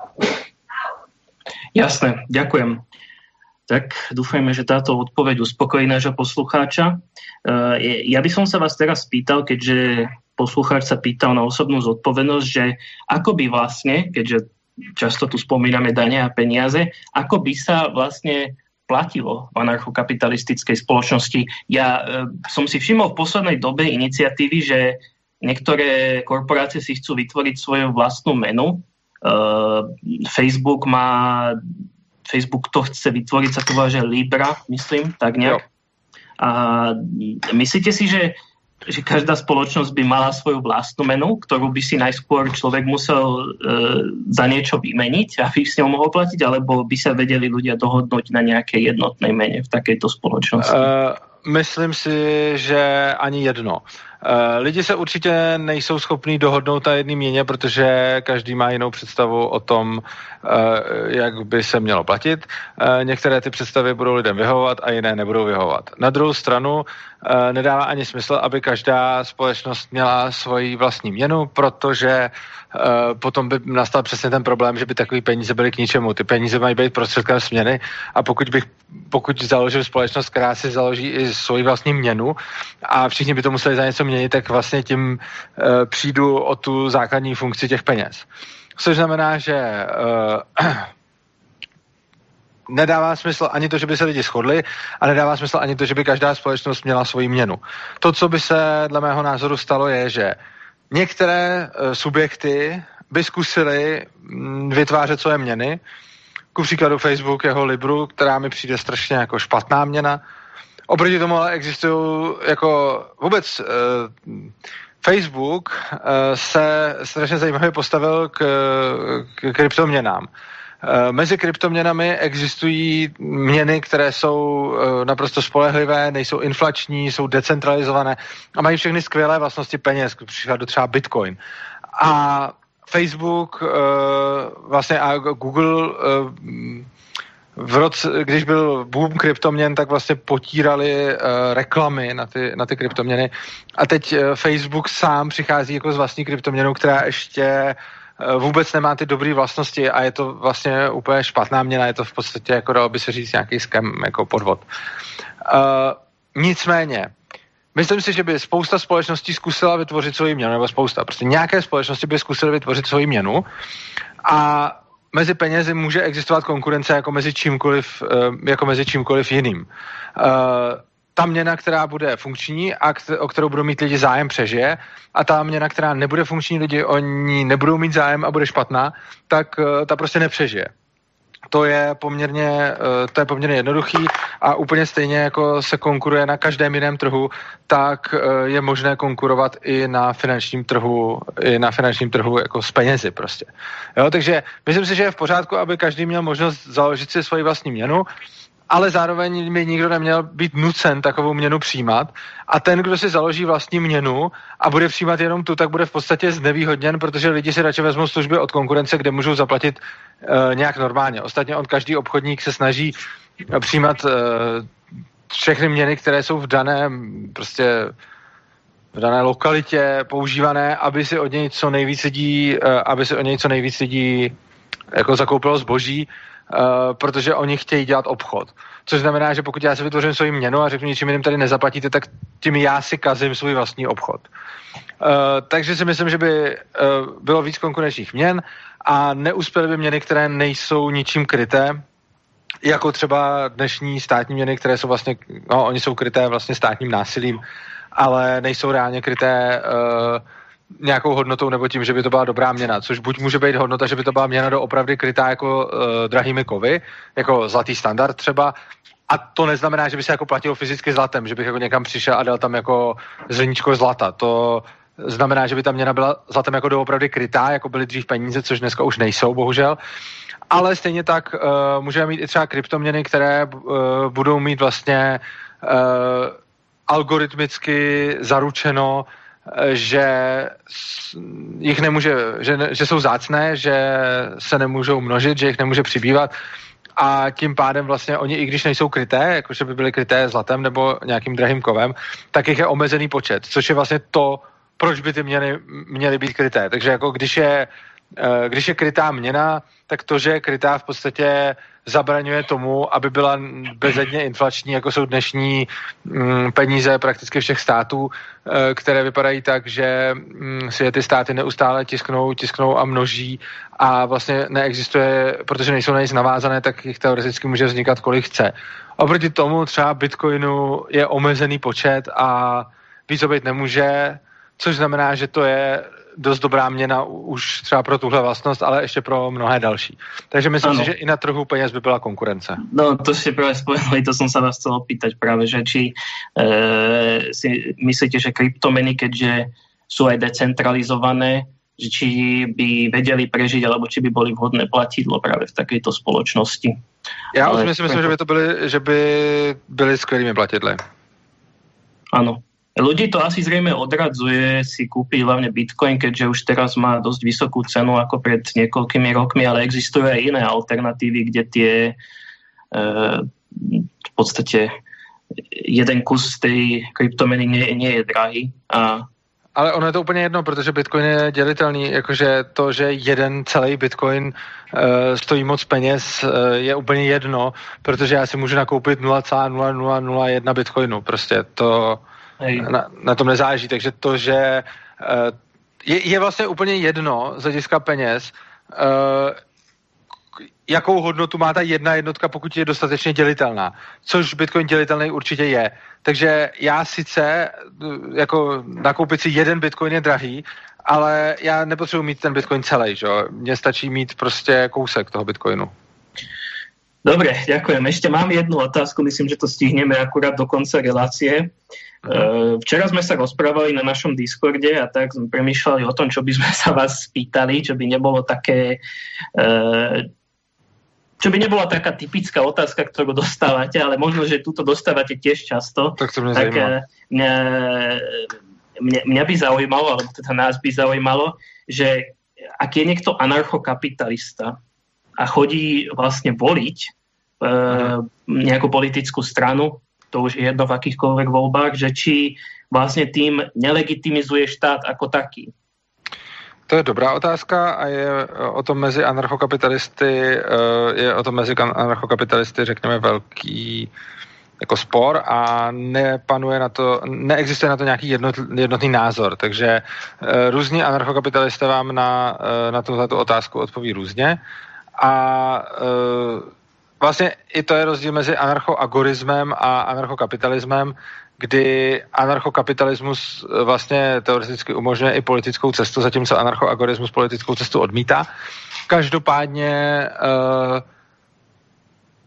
Jasné, ďakujem. Tak dúfajme, že táto odpoveď uspokojí nášho poslucháča. Ja by som sa vás teraz spýtal, keďže poslucháč sa pýtal na osobnú zodpovednosť, že ako by vlastne, keďže často tu spomíname dane a peniaze, ako by sa vlastne platilo v anarchokapitalistickej spoločnosti. Ja e, som si všimol v poslednej dobe iniciatívy, že niektoré korporácie si chcú vytvoriť svoju vlastnú menu. E, Facebook má Facebook to chce vytvoriť, sa to volá, že Libra, myslím, tak nejak. Jo. A myslíte si, že, že každá spoločnosť by mala svoju vlastnú menu, ktorú by si najskôr človek musel e, za niečo vymeniť, aby si ho mohol platiť, alebo by sa vedeli ľudia dohodnúť na nejakej jednotnej mene v takejto spoločnosti? Uh, myslím si, že ani jedno. Uh, lidi se určitě nejsou schopní dohodnout na jedné měně, protože každý má jinou představu o tom, uh, jak by se mělo platit. Uh, některé ty představy budou lidem vyhovovat a jiné nebudou vyhovovat. Na druhou stranu uh, nedává ani smysl, aby každá společnost měla svoji vlastní měnu, protože uh, potom by nastal přesně ten problém, že by takový peníze byly k ničemu. Ty peníze mají být prostředkem směny a pokud bych pokud založil společnost, která si založí i svoji vlastní měnu a všichni by to museli za něco měnit, tak vlastně tím uh, přijdu o tu základní funkci těch peněz. Což znamená, že uh, nedává smysl ani to, že by se lidi shodli a nedává smysl ani to, že by každá společnost měla svoji měnu. To, co by se dle mého názoru stalo, je, že některé uh, subjekty by zkusili mm, vytvářet svoje měny. Ku příkladu Facebook, jeho Libru, která mi přijde strašně jako špatná měna. Oproti tomu ale existují jako vůbec uh, Facebook uh, se strašně zajímavě postavil k, k kryptoměnám. Uh, mezi kryptoměnami existují měny, které jsou uh, naprosto spolehlivé, nejsou inflační, jsou decentralizované a mají všechny skvělé vlastnosti peněz, k příkladu třeba Bitcoin. A Facebook uh, vlastně a Google uh, v roce, když byl boom kryptoměn, tak vlastně potírali uh, reklamy na ty, na ty kryptoměny a teď uh, Facebook sám přichází jako s vlastní kryptoměnou, která ještě uh, vůbec nemá ty dobré vlastnosti a je to vlastně úplně špatná měna, je to v podstatě, jako dalo by se říct, nějaký scam, jako podvod. Uh, nicméně, myslím si, že by spousta společností zkusila vytvořit svoji měnu, nebo spousta, prostě nějaké společnosti by zkusily vytvořit svoji měnu a mezi penězi může existovat konkurence jako mezi čímkoliv, jako mezi čímkoliv jiným. Ta měna, která bude funkční a o kterou budou mít lidi zájem, přežije a ta měna, která nebude funkční, lidi o ní nebudou mít zájem a bude špatná, tak ta prostě nepřežije. to je poměrně, to je poměrně jednoduchý a úplně stejně jako se konkuruje na každém jiném trhu, tak je možné konkurovat i na finančním trhu, i na finančním trhu jako s penězi prostě. Jo, takže myslím si, že je v pořádku, aby každý měl možnost založit si svoji vlastní měnu, ale zároveň by nikdo neměl být nucen takovou měnu přijímat a ten, kdo si založí vlastní měnu a bude přijímat jenom tu, tak bude v podstatě znevýhodněn, protože lidi si radši vezmou služby od konkurence, kde můžou zaplatit uh, nějak normálně. Ostatně on každý obchodník se snaží přijímat uh, všechny měny, které jsou v daném prostě v dané lokalitě používané, aby si od něj co nejvíc lidí, uh, aby si od něj co nejvíc lidí jako zakoupilo zboží, Uh, protože oni chtějí dělat obchod. Což znamená, že pokud já si vytvořím svoji měnu a řeknu ničím jiným tady nezaplatíte, tak tím já si kazím svůj vlastní obchod. Uh, takže si myslím, že by uh, bylo víc konkurenčních měn a neuspěly by měny, které nejsou ničím kryté, jako třeba dnešní státní měny, které jsou vlastně, no oni jsou kryté vlastně státním násilím, ale nejsou reálně kryté uh, nějakou hodnotou nebo tím, že by to byla dobrá měna, což buď může být hodnota, že by to byla měna doopravdy krytá jako uh, drahými kovy, jako zlatý standard třeba, a to neznamená, že by se jako platilo fyzicky zlatem, že bych jako někam přišel a dal tam jako zrníčko zlata. To znamená, že by ta měna byla zlatem jako doopravdy krytá, jako byly dřív peníze, což dneska už nejsou, bohužel. Ale stejně tak uh, můžeme mít i třeba kryptoměny, které uh, budou mít vlastně uh, algoritmicky zaručeno, že jich nemůže, že, že jsou vzácné, že se nemůžou množit, že jich nemůže přibývat a tím pádem vlastně oni, i když nejsou kryté, jakože by byly kryté zlatem nebo nějakým drahým kovem, tak jich je omezený počet, což je vlastně to, proč by ty měny měly být kryté. Takže jako když je, když je krytá měna, tak to, že je krytá v podstatě zabraňuje tomu, aby byla bezedně inflační, jako jsou dnešní mm, peníze prakticky všech států, e, které vypadají tak, že mm, si je ty státy neustále tisknou, tisknou a množí a vlastně neexistuje, protože nejsou na nic navázané, tak jich teoreticky může vznikat kolik chce. Oproti tomu třeba Bitcoinu je omezený počet a víc být nemůže, což znamená, že to je dost dobrá měna už třeba pro tuhle vlastnost, ale ještě pro mnohé další. Takže myslím ano. si, že i na trhu peněz by byla konkurence. No, to ste práve spomenuli, to som sa vás chcel opýtať práve, že či e, si myslíte, že kryptomeny, keďže sú aj decentralizované, že či by vedeli prežiť, alebo či by boli vhodné platidlo práve v takejto spoločnosti. Já ale už myslím, myslím, že by to byly, že by byly skvělými platidly. Áno. Ľudí to asi zrejme odradzuje si kúpiť hlavne Bitcoin, keďže už teraz má dosť vysokú cenu ako pred niekoľkými rokmi, ale existujú aj iné alternatívy, kde tie e, v podstate jeden kus tej kryptomeny nie, nie je drahý. A ale ono je to úplně jedno, protože Bitcoin je dělitelný, jakože to, že jeden celý Bitcoin uh, stojí moc peněz, uh, je úplně jedno, protože já si můžu nakoupit nula celá nula nula nula jedna Bitcoinu, prostě to na, na tom nezáleží, takže to, že uh, je, je vlastně úplně jedno z hlediska peněz, uh, jakou hodnotu má ta jedna jednotka, pokud je dostatečně dělitelná. Což Bitcoin dělitelný určitě je. Takže já sice jako nakoupit si jeden Bitcoin je drahý, ale já nepotřebuji mít ten Bitcoin celý, že? Mně stačí mít prostě kousek toho Bitcoinu. Dobre, ďakujem. Ešte mám jednu otázku, myslím, že to stihneme akurát do konca relácie. Uh-huh. Včera sme sa rozprávali na našom Discorde a tak sme premýšľali o tom, čo by sme sa vás spýtali, čo by nebolo také... Uh, čo by nebola taká typická otázka, ktorú dostávate, ale možno, že túto dostávate tiež často. Tak to mňa tak, zaujíma. Mňa, mňa, mňa by zaujímalo, alebo teda nás by zaujímalo, že ak je niekto anarchokapitalista a chodí vlastne voliť e, nejakú politickú stranu, to už je jedno v akýchkoľvek voľbách, že či vlastne tým nelegitimizuje štát ako taký. To je dobrá otázka a je o tom mezi anarchokapitalisty, je o tom mezi anarchokapitalisty, řekněme, velký jako spor a nepanuje na to, neexistuje na to nějaký jednot, jednotný názor, takže různí anarchokapitalisté vám na, na tuhletu otázku odpoví různě a vlastně i to je rozdíl mezi anarchoagorismem a anarchokapitalismem, kdy anarchokapitalismus vlastně teoreticky umožňuje i politickou cestu, zatímco anarchoagorismus politickou cestu odmítá. Každopádně uh,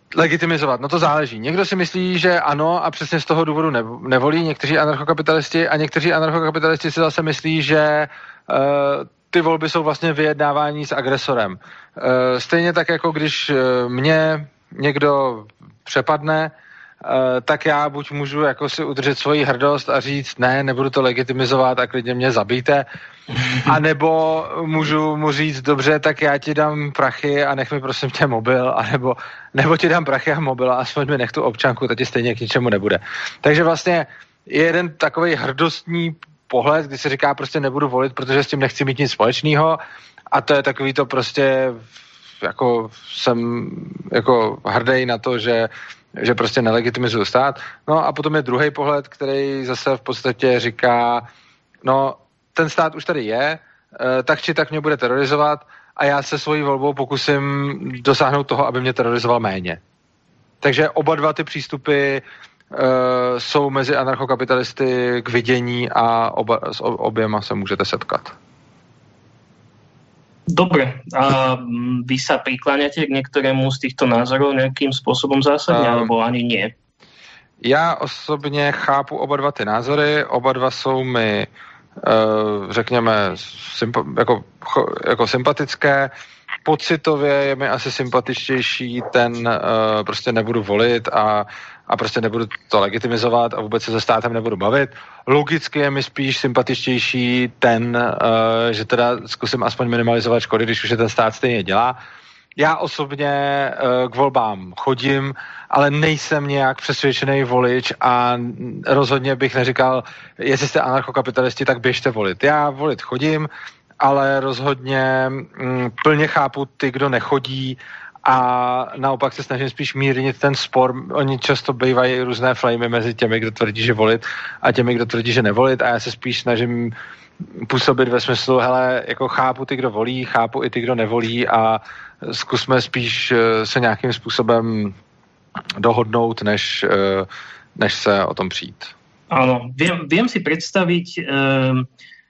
legitimizovat, no to záleží. Někdo si myslí, že ano a přesně z toho důvodu nevolí, někteří anarchokapitalisti a někteří anarchokapitalisti si zase myslí, že uh, ty volby jsou vlastně vyjednávání s agresorem. Uh, stejně tak, jako když uh, mě někdo přepadne, uh, tak já buď můžu jako si udržet svoji hrdost a říct, ne, nebudu to legitimizovat a klidně mě zabijte, a nebo můžu mu říct, dobře, tak já ti dám prachy a nech mi prosím tě mobil, anebo, nebo ti dám prachy a mobil a aspoň mi nech tu občanku, to ti stejně k ničemu nebude. Takže vlastně je jeden takovej hrdostní pohled, kdy se říká, prostě nebudu volit, protože s tím nechci mít nic společného, a to je takový to prostě, jako jsem jako hrdý na to, že, že prostě nelegitimizuju stát. No a potom je druhý pohled, který zase v podstatě říká, no ten stát už tady je, tak či tak mě bude terorizovat a já se svojí volbou pokusím dosáhnout toho, aby mě terorizoval méně. Takže oba dva ty přístupy uh, jsou mezi anarchokapitalisty k vidění a oba, s oběma se můžete setkat. Dobre. A vy sa prikláňate k niektorému z týchto názorov nejakým spôsobom zásadne, uh, alebo ani nie? Já osobně chápu oba dva ty názory, oba dva jsou mi Uh, řekněme, sympa- jako, jako sympatické. Pocitově je mi asi sympatičtější ten uh, prostě nebudu volit a, a prostě nebudu to legitimizovat a vůbec se se státem nebudu bavit. Logicky je mi spíš sympatičtější ten, uh, že teda zkusím aspoň minimalizovat škody, když už je ten stát stejně dělá. Já osobně uh, k volbám chodím, ale nejsem nějak přesvědčený volič a rozhodně bych neříkal, jestli jste anarchokapitalisti, tak běžte volit. Já volit chodím, ale rozhodně mm, plně chápu ty, kdo nechodí, a naopak se snažím spíš mírnit ten spor. Oni často bývají různé flamy mezi těmi, kdo tvrdí, že volit, a těmi, kdo tvrdí, že nevolit, a já se spíš snažím působit ve smyslu, hele, jako chápu ty, kdo volí, chápu i ty, kdo nevolí, a zkusme spíš se nějakým způsobem dohodnout, než, než se o tom přijít. Áno, viem, viem si predstaviť, um,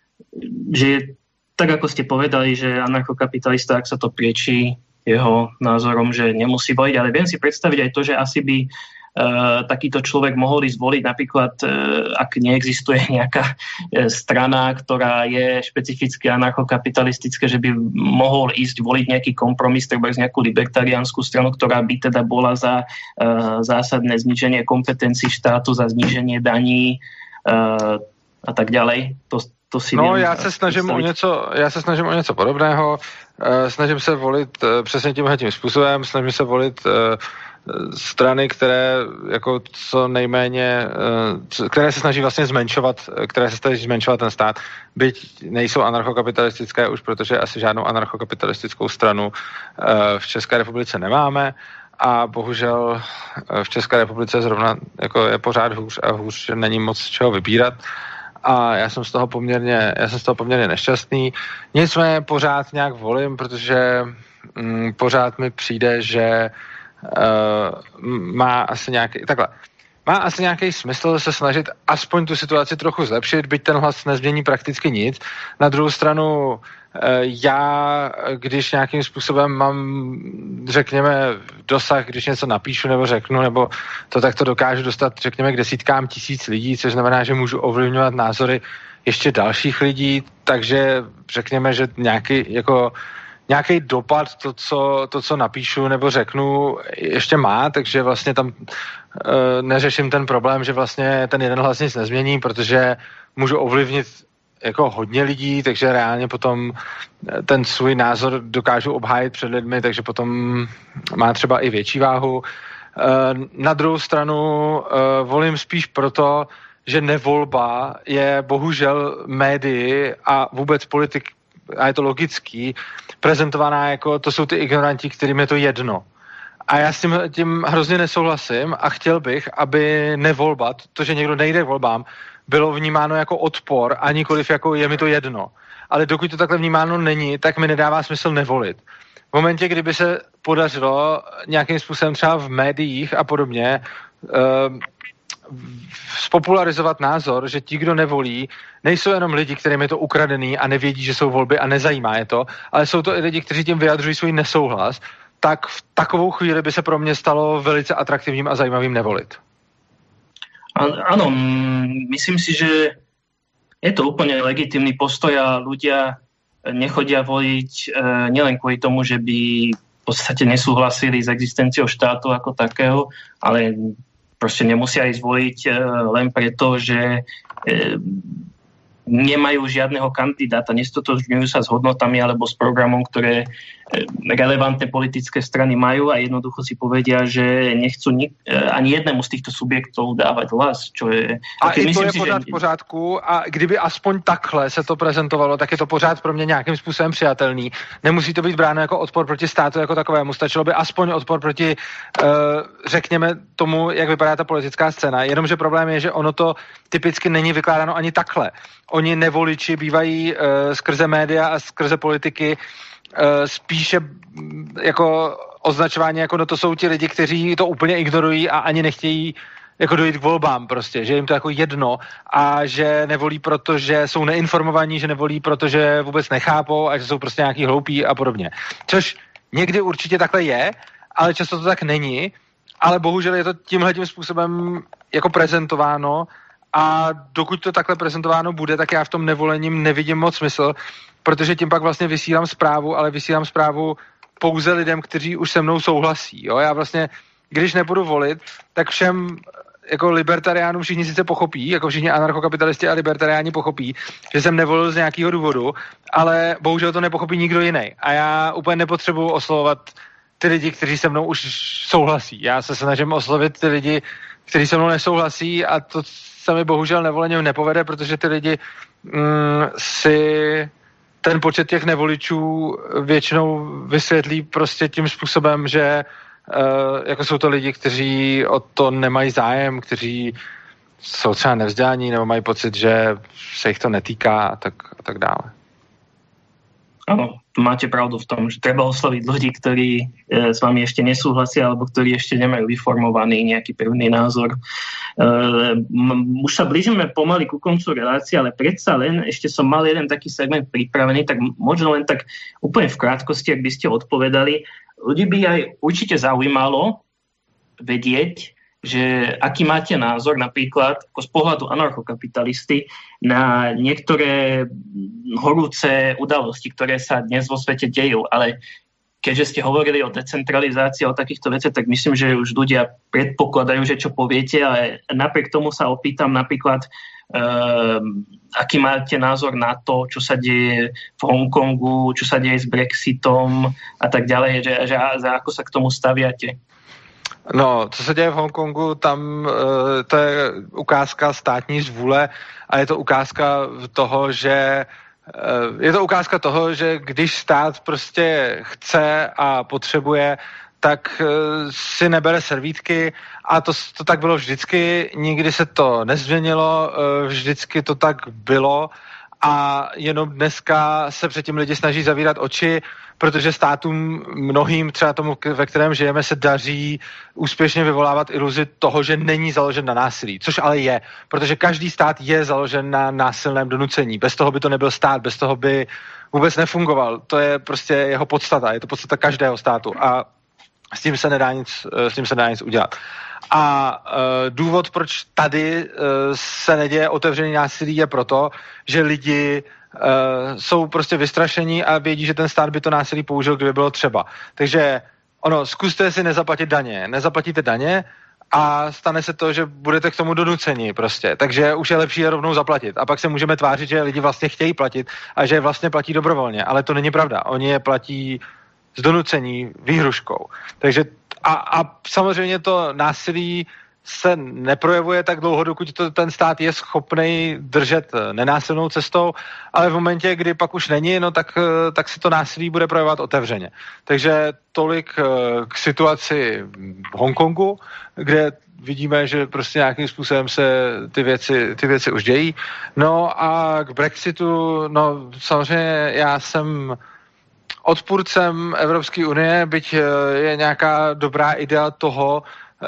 že tak ako ste povedali, že anarchokapitalista, ak sa to priečí jeho názorom, že nemusí voliť, ale viem si predstaviť aj to, že asi by Uh, takýto človek mohol ísť voliť napríklad, uh, ak neexistuje nejaká uh, strana, ktorá je špecificky anarchokapitalistická, že by mohol ísť voliť nejaký kompromis, treba z nejakú libertariánsku stranu, ktorá by teda bola za uh, zásadné zníženie kompetencií štátu, za zníženie daní uh, a tak ďalej. To, to si no, viem já se snažím o něco, já se snažím o něco podobného. Uh, snažím se volit uh, přesně tímhletím způsobem, snažím se volit uh, strany, které jako co nejméně, které se snaží vlastně zmenšovat, které se snaží zmenšovat ten stát, byť nejsou anarchokapitalistické už, protože asi žádnou anarchokapitalistickou stranu v České republice nemáme, a bohužel v České republice zrovna jako je pořád hůř a hůř, není moc čeho vybírat, a já jsem z toho poměrně, já jsem z toho poměrně nešťastný. Nicméně pořád nějak volím, protože mm, pořád mi přijde, že Uh, má asi nějaký, takhle, má asi nějaký smysl se snažit aspoň tu situaci trochu zlepšit, byť ten hlas nezmění prakticky nic. Na druhou stranu uh, já, když nějakým způsobem mám, řekněme, dosah, když něco napíšu nebo řeknu, nebo to tak to dokážu dostat, řekněme, k desítkám tisíc lidí, což znamená, že můžu ovlivňovat názory ještě dalších lidí, takže řekněme, že nějaký jako nějaký dopad to co, to, co napíšu nebo řeknu, ještě má, takže vlastně tam e, neřeším ten problém, že vlastně ten jeden hlas nic nezmění, protože můžu ovlivnit jako hodně lidí, takže reálně potom ten svůj názor dokážu obhájit před lidmi, takže potom má třeba i větší váhu. E, na druhou stranu e, volím spíš proto, že nevolba je bohužel médii a vůbec politik, a je to logický, prezentovaná jako, to jsou ty ignoranti, kterým je to jedno. A já s tím, tím hrozně nesouhlasím a chtěl bych, aby nevolba, to, že někdo nejde k volbám, bylo vnímáno jako odpor a nikoliv jako je mi to jedno. Ale dokud to takhle vnímáno není, tak mi nedává smysl nevolit. V momentě, kdyby se podařilo nějakým způsobem třeba v médiích a podobně uh, spopularizovat názor, že ti, kdo nevolí, nejsou jenom lidi, kterým je to ukradený a nevědí, že jsou volby a nezajímá je to, ale jsou to i lidi, kteří tím vyjadřují svůj nesouhlas, tak v takovou chvíli by se pro mě stalo velice atraktivním a zajímavým nevolit. Áno, myslím si, že je to úplne legitímny postoj a ľudia nechodia voliť e, nielen kvôli tomu, že by v podstate nesúhlasili s existenciou štátu ako takého, ale proste nemusia ísť voliť e, len preto, že e, nemajú žiadneho kandidáta, nestotožňujú sa s hodnotami alebo s programom, ktoré relevantné politické strany majú a jednoducho si povedia, že nechcú nik- ani jednému z týchto subjektov dávať hlas, čo je... A i to je si, pořád že... v pořádku a kdyby aspoň takhle se to prezentovalo, tak je to pořád pro mě nějakým způsobem přijatelný. Nemusí to být bráno jako odpor proti státu jako takovému, stačilo by aspoň odpor proti, uh, řekněme tomu, jak vypadá ta politická scéna. Jenomže problém je, že ono to typicky není vykládáno ani takhle. Oni nevoliči bývají uh, skrze média a skrze politiky uh, spíše jako označování, jako no to jsou ti lidi, kteří to úplně ignorují a ani nechtějí jako dojít k volbám prostě, že jim to jako jedno a že nevolí proto, že jsou neinformovaní, že nevolí proto, že vůbec nechápou a že jsou prostě nějaký hloupí a podobně. Což někdy určitě takhle je, ale často to tak není, ale bohužel je to tímhletím způsobem jako prezentováno a dokud to takhle prezentováno bude, tak já v tom nevolením nevidím moc smysl, protože tím pak vlastně vysílám zprávu, ale vysílám zprávu pouze lidem, kteří už se mnou souhlasí. Jo? Já vlastně, když nebudu volit, tak všem jako libertariánům všichni sice pochopí, jako všichni anarchokapitalisti a libertariáni pochopí, že jsem nevolil z nějakého důvodu, ale bohužel to nepochopí nikdo jiný. A já úplně nepotřebuji oslovovat ty lidi, kteří se mnou už souhlasí. Já se snažím oslovit ty lidi, kteří se mnou nesouhlasí a to se mi bohužel nevoleně nepovede, protože ty lidi mm, si ten počet těch nevoličů většinou vysvětlí prostě tím způsobem, že uh, jako jsou to lidi, kteří o to nemají zájem, kteří jsou třeba nevzdělaní nebo mají pocit, že se jich to netýká a tak, a tak dále. Áno, máte pravdu v tom, že treba osloviť ľudí, ktorí e, s vami ešte nesúhlasia alebo ktorí ešte nemajú vyformovaný nejaký pevný názor. E, m- už sa blížime pomaly ku koncu relácie, ale predsa len ešte som mal jeden taký segment pripravený, tak možno len tak úplne v krátkosti, ak by ste odpovedali. Ľudí by aj určite zaujímalo vedieť, že aký máte názor napríklad ako z pohľadu anarchokapitalisty na niektoré horúce udalosti, ktoré sa dnes vo svete dejú. Ale keďže ste hovorili o decentralizácii a o takýchto veciach, tak myslím, že už ľudia predpokladajú, že čo poviete, ale napriek tomu sa opýtam napríklad, uh, aký máte názor na to, čo sa deje v Hongkongu, čo sa deje s Brexitom a tak ďalej, že, že, že ako sa k tomu staviate. No, co se děje v Hongkongu, tam e, to je ukázka státní zvůle a je to ukázka toho, že e, je to ukázka toho, že když stát prostě chce a potřebuje, tak e, si nebere servítky a to, to tak bylo vždycky, nikdy se to nezměnilo, e, vždycky to tak bylo a jenom dneska se předtím lidi snaží zavírat oči, protože státům mnohým, třeba tomu, ve kterém žijeme, se daří úspěšně vyvolávat iluzi toho, že není založen na násilí, což ale je, protože každý stát je založen na násilném donucení. Bez toho by to nebyl stát, bez toho by vůbec nefungoval. To je prostě jeho podstata, je to podstata každého státu a s tím se nedá nic, s tím se nedá nic udělat. A uh, důvod, proč tady uh, se neděje otevřený násilí, je proto, že lidi uh, jsou prostě vystrašení a vědí, že ten stát by to násilí použil, kdyby bylo třeba. Takže ono, zkuste si nezaplatit daně. Nezaplatíte daně a stane se to, že budete k tomu donuceni prostě. Takže už je lepší je rovnou zaplatit. A pak se můžeme tvářit, že lidi vlastně chtějí platit a že je vlastně platí dobrovolně. Ale to není pravda. Oni je platí z donucení výhruškou. Takže a, a samozřejmě to násilí se neprojevuje tak dlouho, dokud to ten stát je schopný držet nenásilnou cestou, ale v momentě, kdy pak už není, no tak, tak se to násilí bude projevovat otevřeně. Takže tolik k situaci v Hongkongu, kde vidíme, že prostě nějakým způsobem se ty věci, ty věci už dějí. No a k Brexitu, no samozřejmě já jsem odpůrcem Evropské unie, byť je nějaká dobrá idea toho,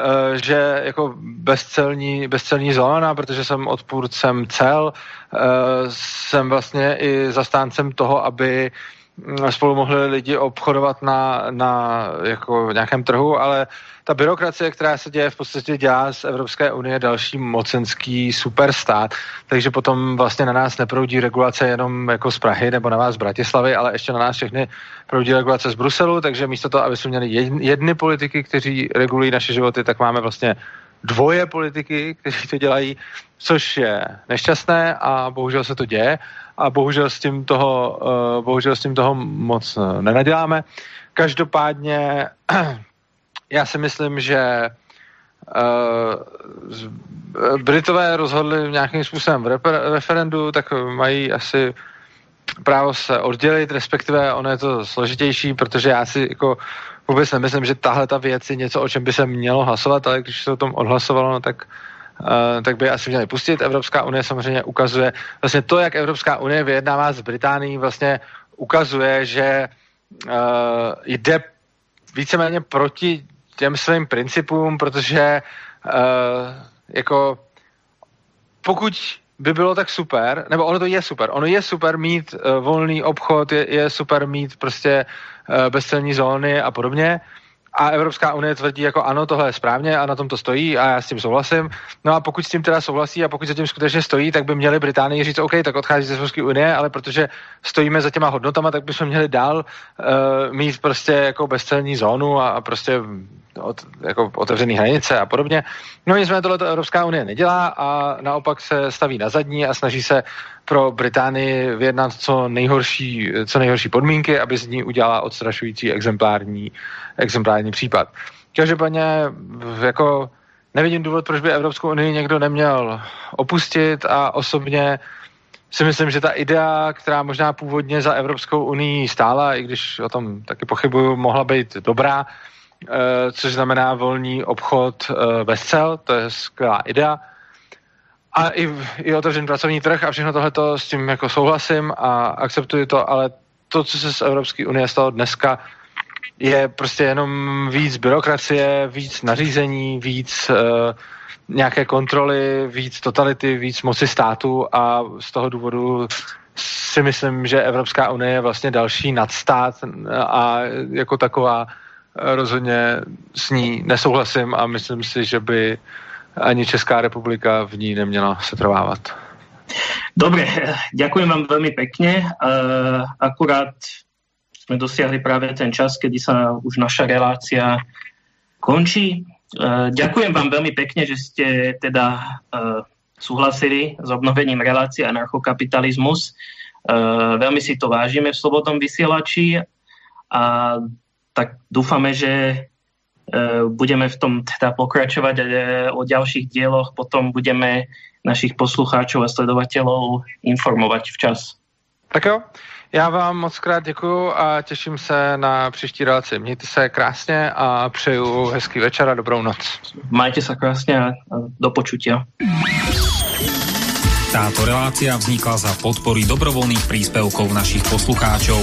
že jako bezcelní, bezcelní zóna, protože jsem odpůrcem cel, jsem vlastně i zastáncem toho, aby spolu mohli lidi obchodovat na, na jako nějakém trhu, ale ta byrokracie, která se děje, v podstatě dělá z Evropské unie další mocenský superstát, takže potom vlastně na nás neproudí regulace jenom jako z Prahy nebo na vás z Bratislavy, ale ještě na nás všechny proudí regulace z Bruselu, takže místo toho, aby jsme měli jedny politiky, kteří regulují naše životy, tak máme vlastně dvoje politiky, kteří to dělají, což je nešťastné a bohužel se to děje a bohužel s tím toho, uh, bohužel s tím toho moc nenaděláme. Každopádně já si myslím, že uh, Britové rozhodli nějakým způsobem v reper- referendu, tak mají asi právo se oddělit, respektive ono je to složitější, protože já si jako vůbec nemyslím, že tahle ta věc je něco, o čem by se mělo hlasovat, ale když se o tom odhlasovalo, no tak, uh, tak by asi měli pustit. Evropská unie samozřejmě ukazuje, vlastně to, jak Evropská unie vyjednává s Británií, vlastně ukazuje, že uh, jde víceméně proti těm svým principům, protože uh, jako pokud by bylo tak super, nebo ono to je super, ono je super mít uh, volný obchod, je, je super mít prostě uh, bezcelní zóny a podobně a Evropská unie tvrdí jako ano, tohle je správně a na tom to stojí a já s tím souhlasím. No a pokud s tím teda souhlasí a pokud za tím skutečně stojí, tak by měli Británii říct, OK, tak odchází z Evropské unie, ale protože stojíme za těma hodnotama, tak bychom měli dál uh, mít prostě jako bezcelní zónu a, a prostě od, jako otevřený hranice a podobně. No nicméně tohle Evropská unie nedělá a naopak se staví na zadní a snaží se pro Británii vyjednat co nejhorší, co nejhorší podmínky, aby z ní udělala odstrašující exemplární, exemplární případ. Každopádně jako nevidím důvod, proč by Evropskou unii někdo neměl opustit a osobně si myslím, že ta idea, která možná původně za Evropskou unii stála, i když o tom taky pochybuju, mohla být dobrá, což znamená volný obchod bez cel, to je skvělá idea. A i, i otevřený pracovní trh a všechno tohleto s tím jako souhlasím a akceptuji to, ale to, co se z Evropské unie stalo dneska, je prostě jenom víc byrokracie, víc nařízení, víc uh, nějaké kontroly, víc totality, víc moci státu a z toho důvodu si myslím, že Evropská unie je vlastně další nadstát a jako taková rozhodně s ní nesouhlasím a myslím si, že by ani Česká republika v ní neměla setrvávat. Dobre, ďakujem vám veľmi pekne. Akurát sme dosiahli práve ten čas, kedy sa už naša relácia končí. Ďakujem vám veľmi pekne, že ste teda súhlasili s obnovením relácie Anarchokapitalizmus. Veľmi si to vážime v Slobodnom vysielači a tak dúfame, že budeme v tom teda pokračovať o ďalších dieloch, potom budeme našich poslucháčov a sledovateľov informovať včas. Tak jo, já vám moc krát děkuju a těším se na příští relaci. Mějte se krásně a přeju hezký večer a dobrou noc. Majte sa krásne a do počutia. Táto relácia vznikla za podpory dobrovoľných príspevkov našich poslucháčov.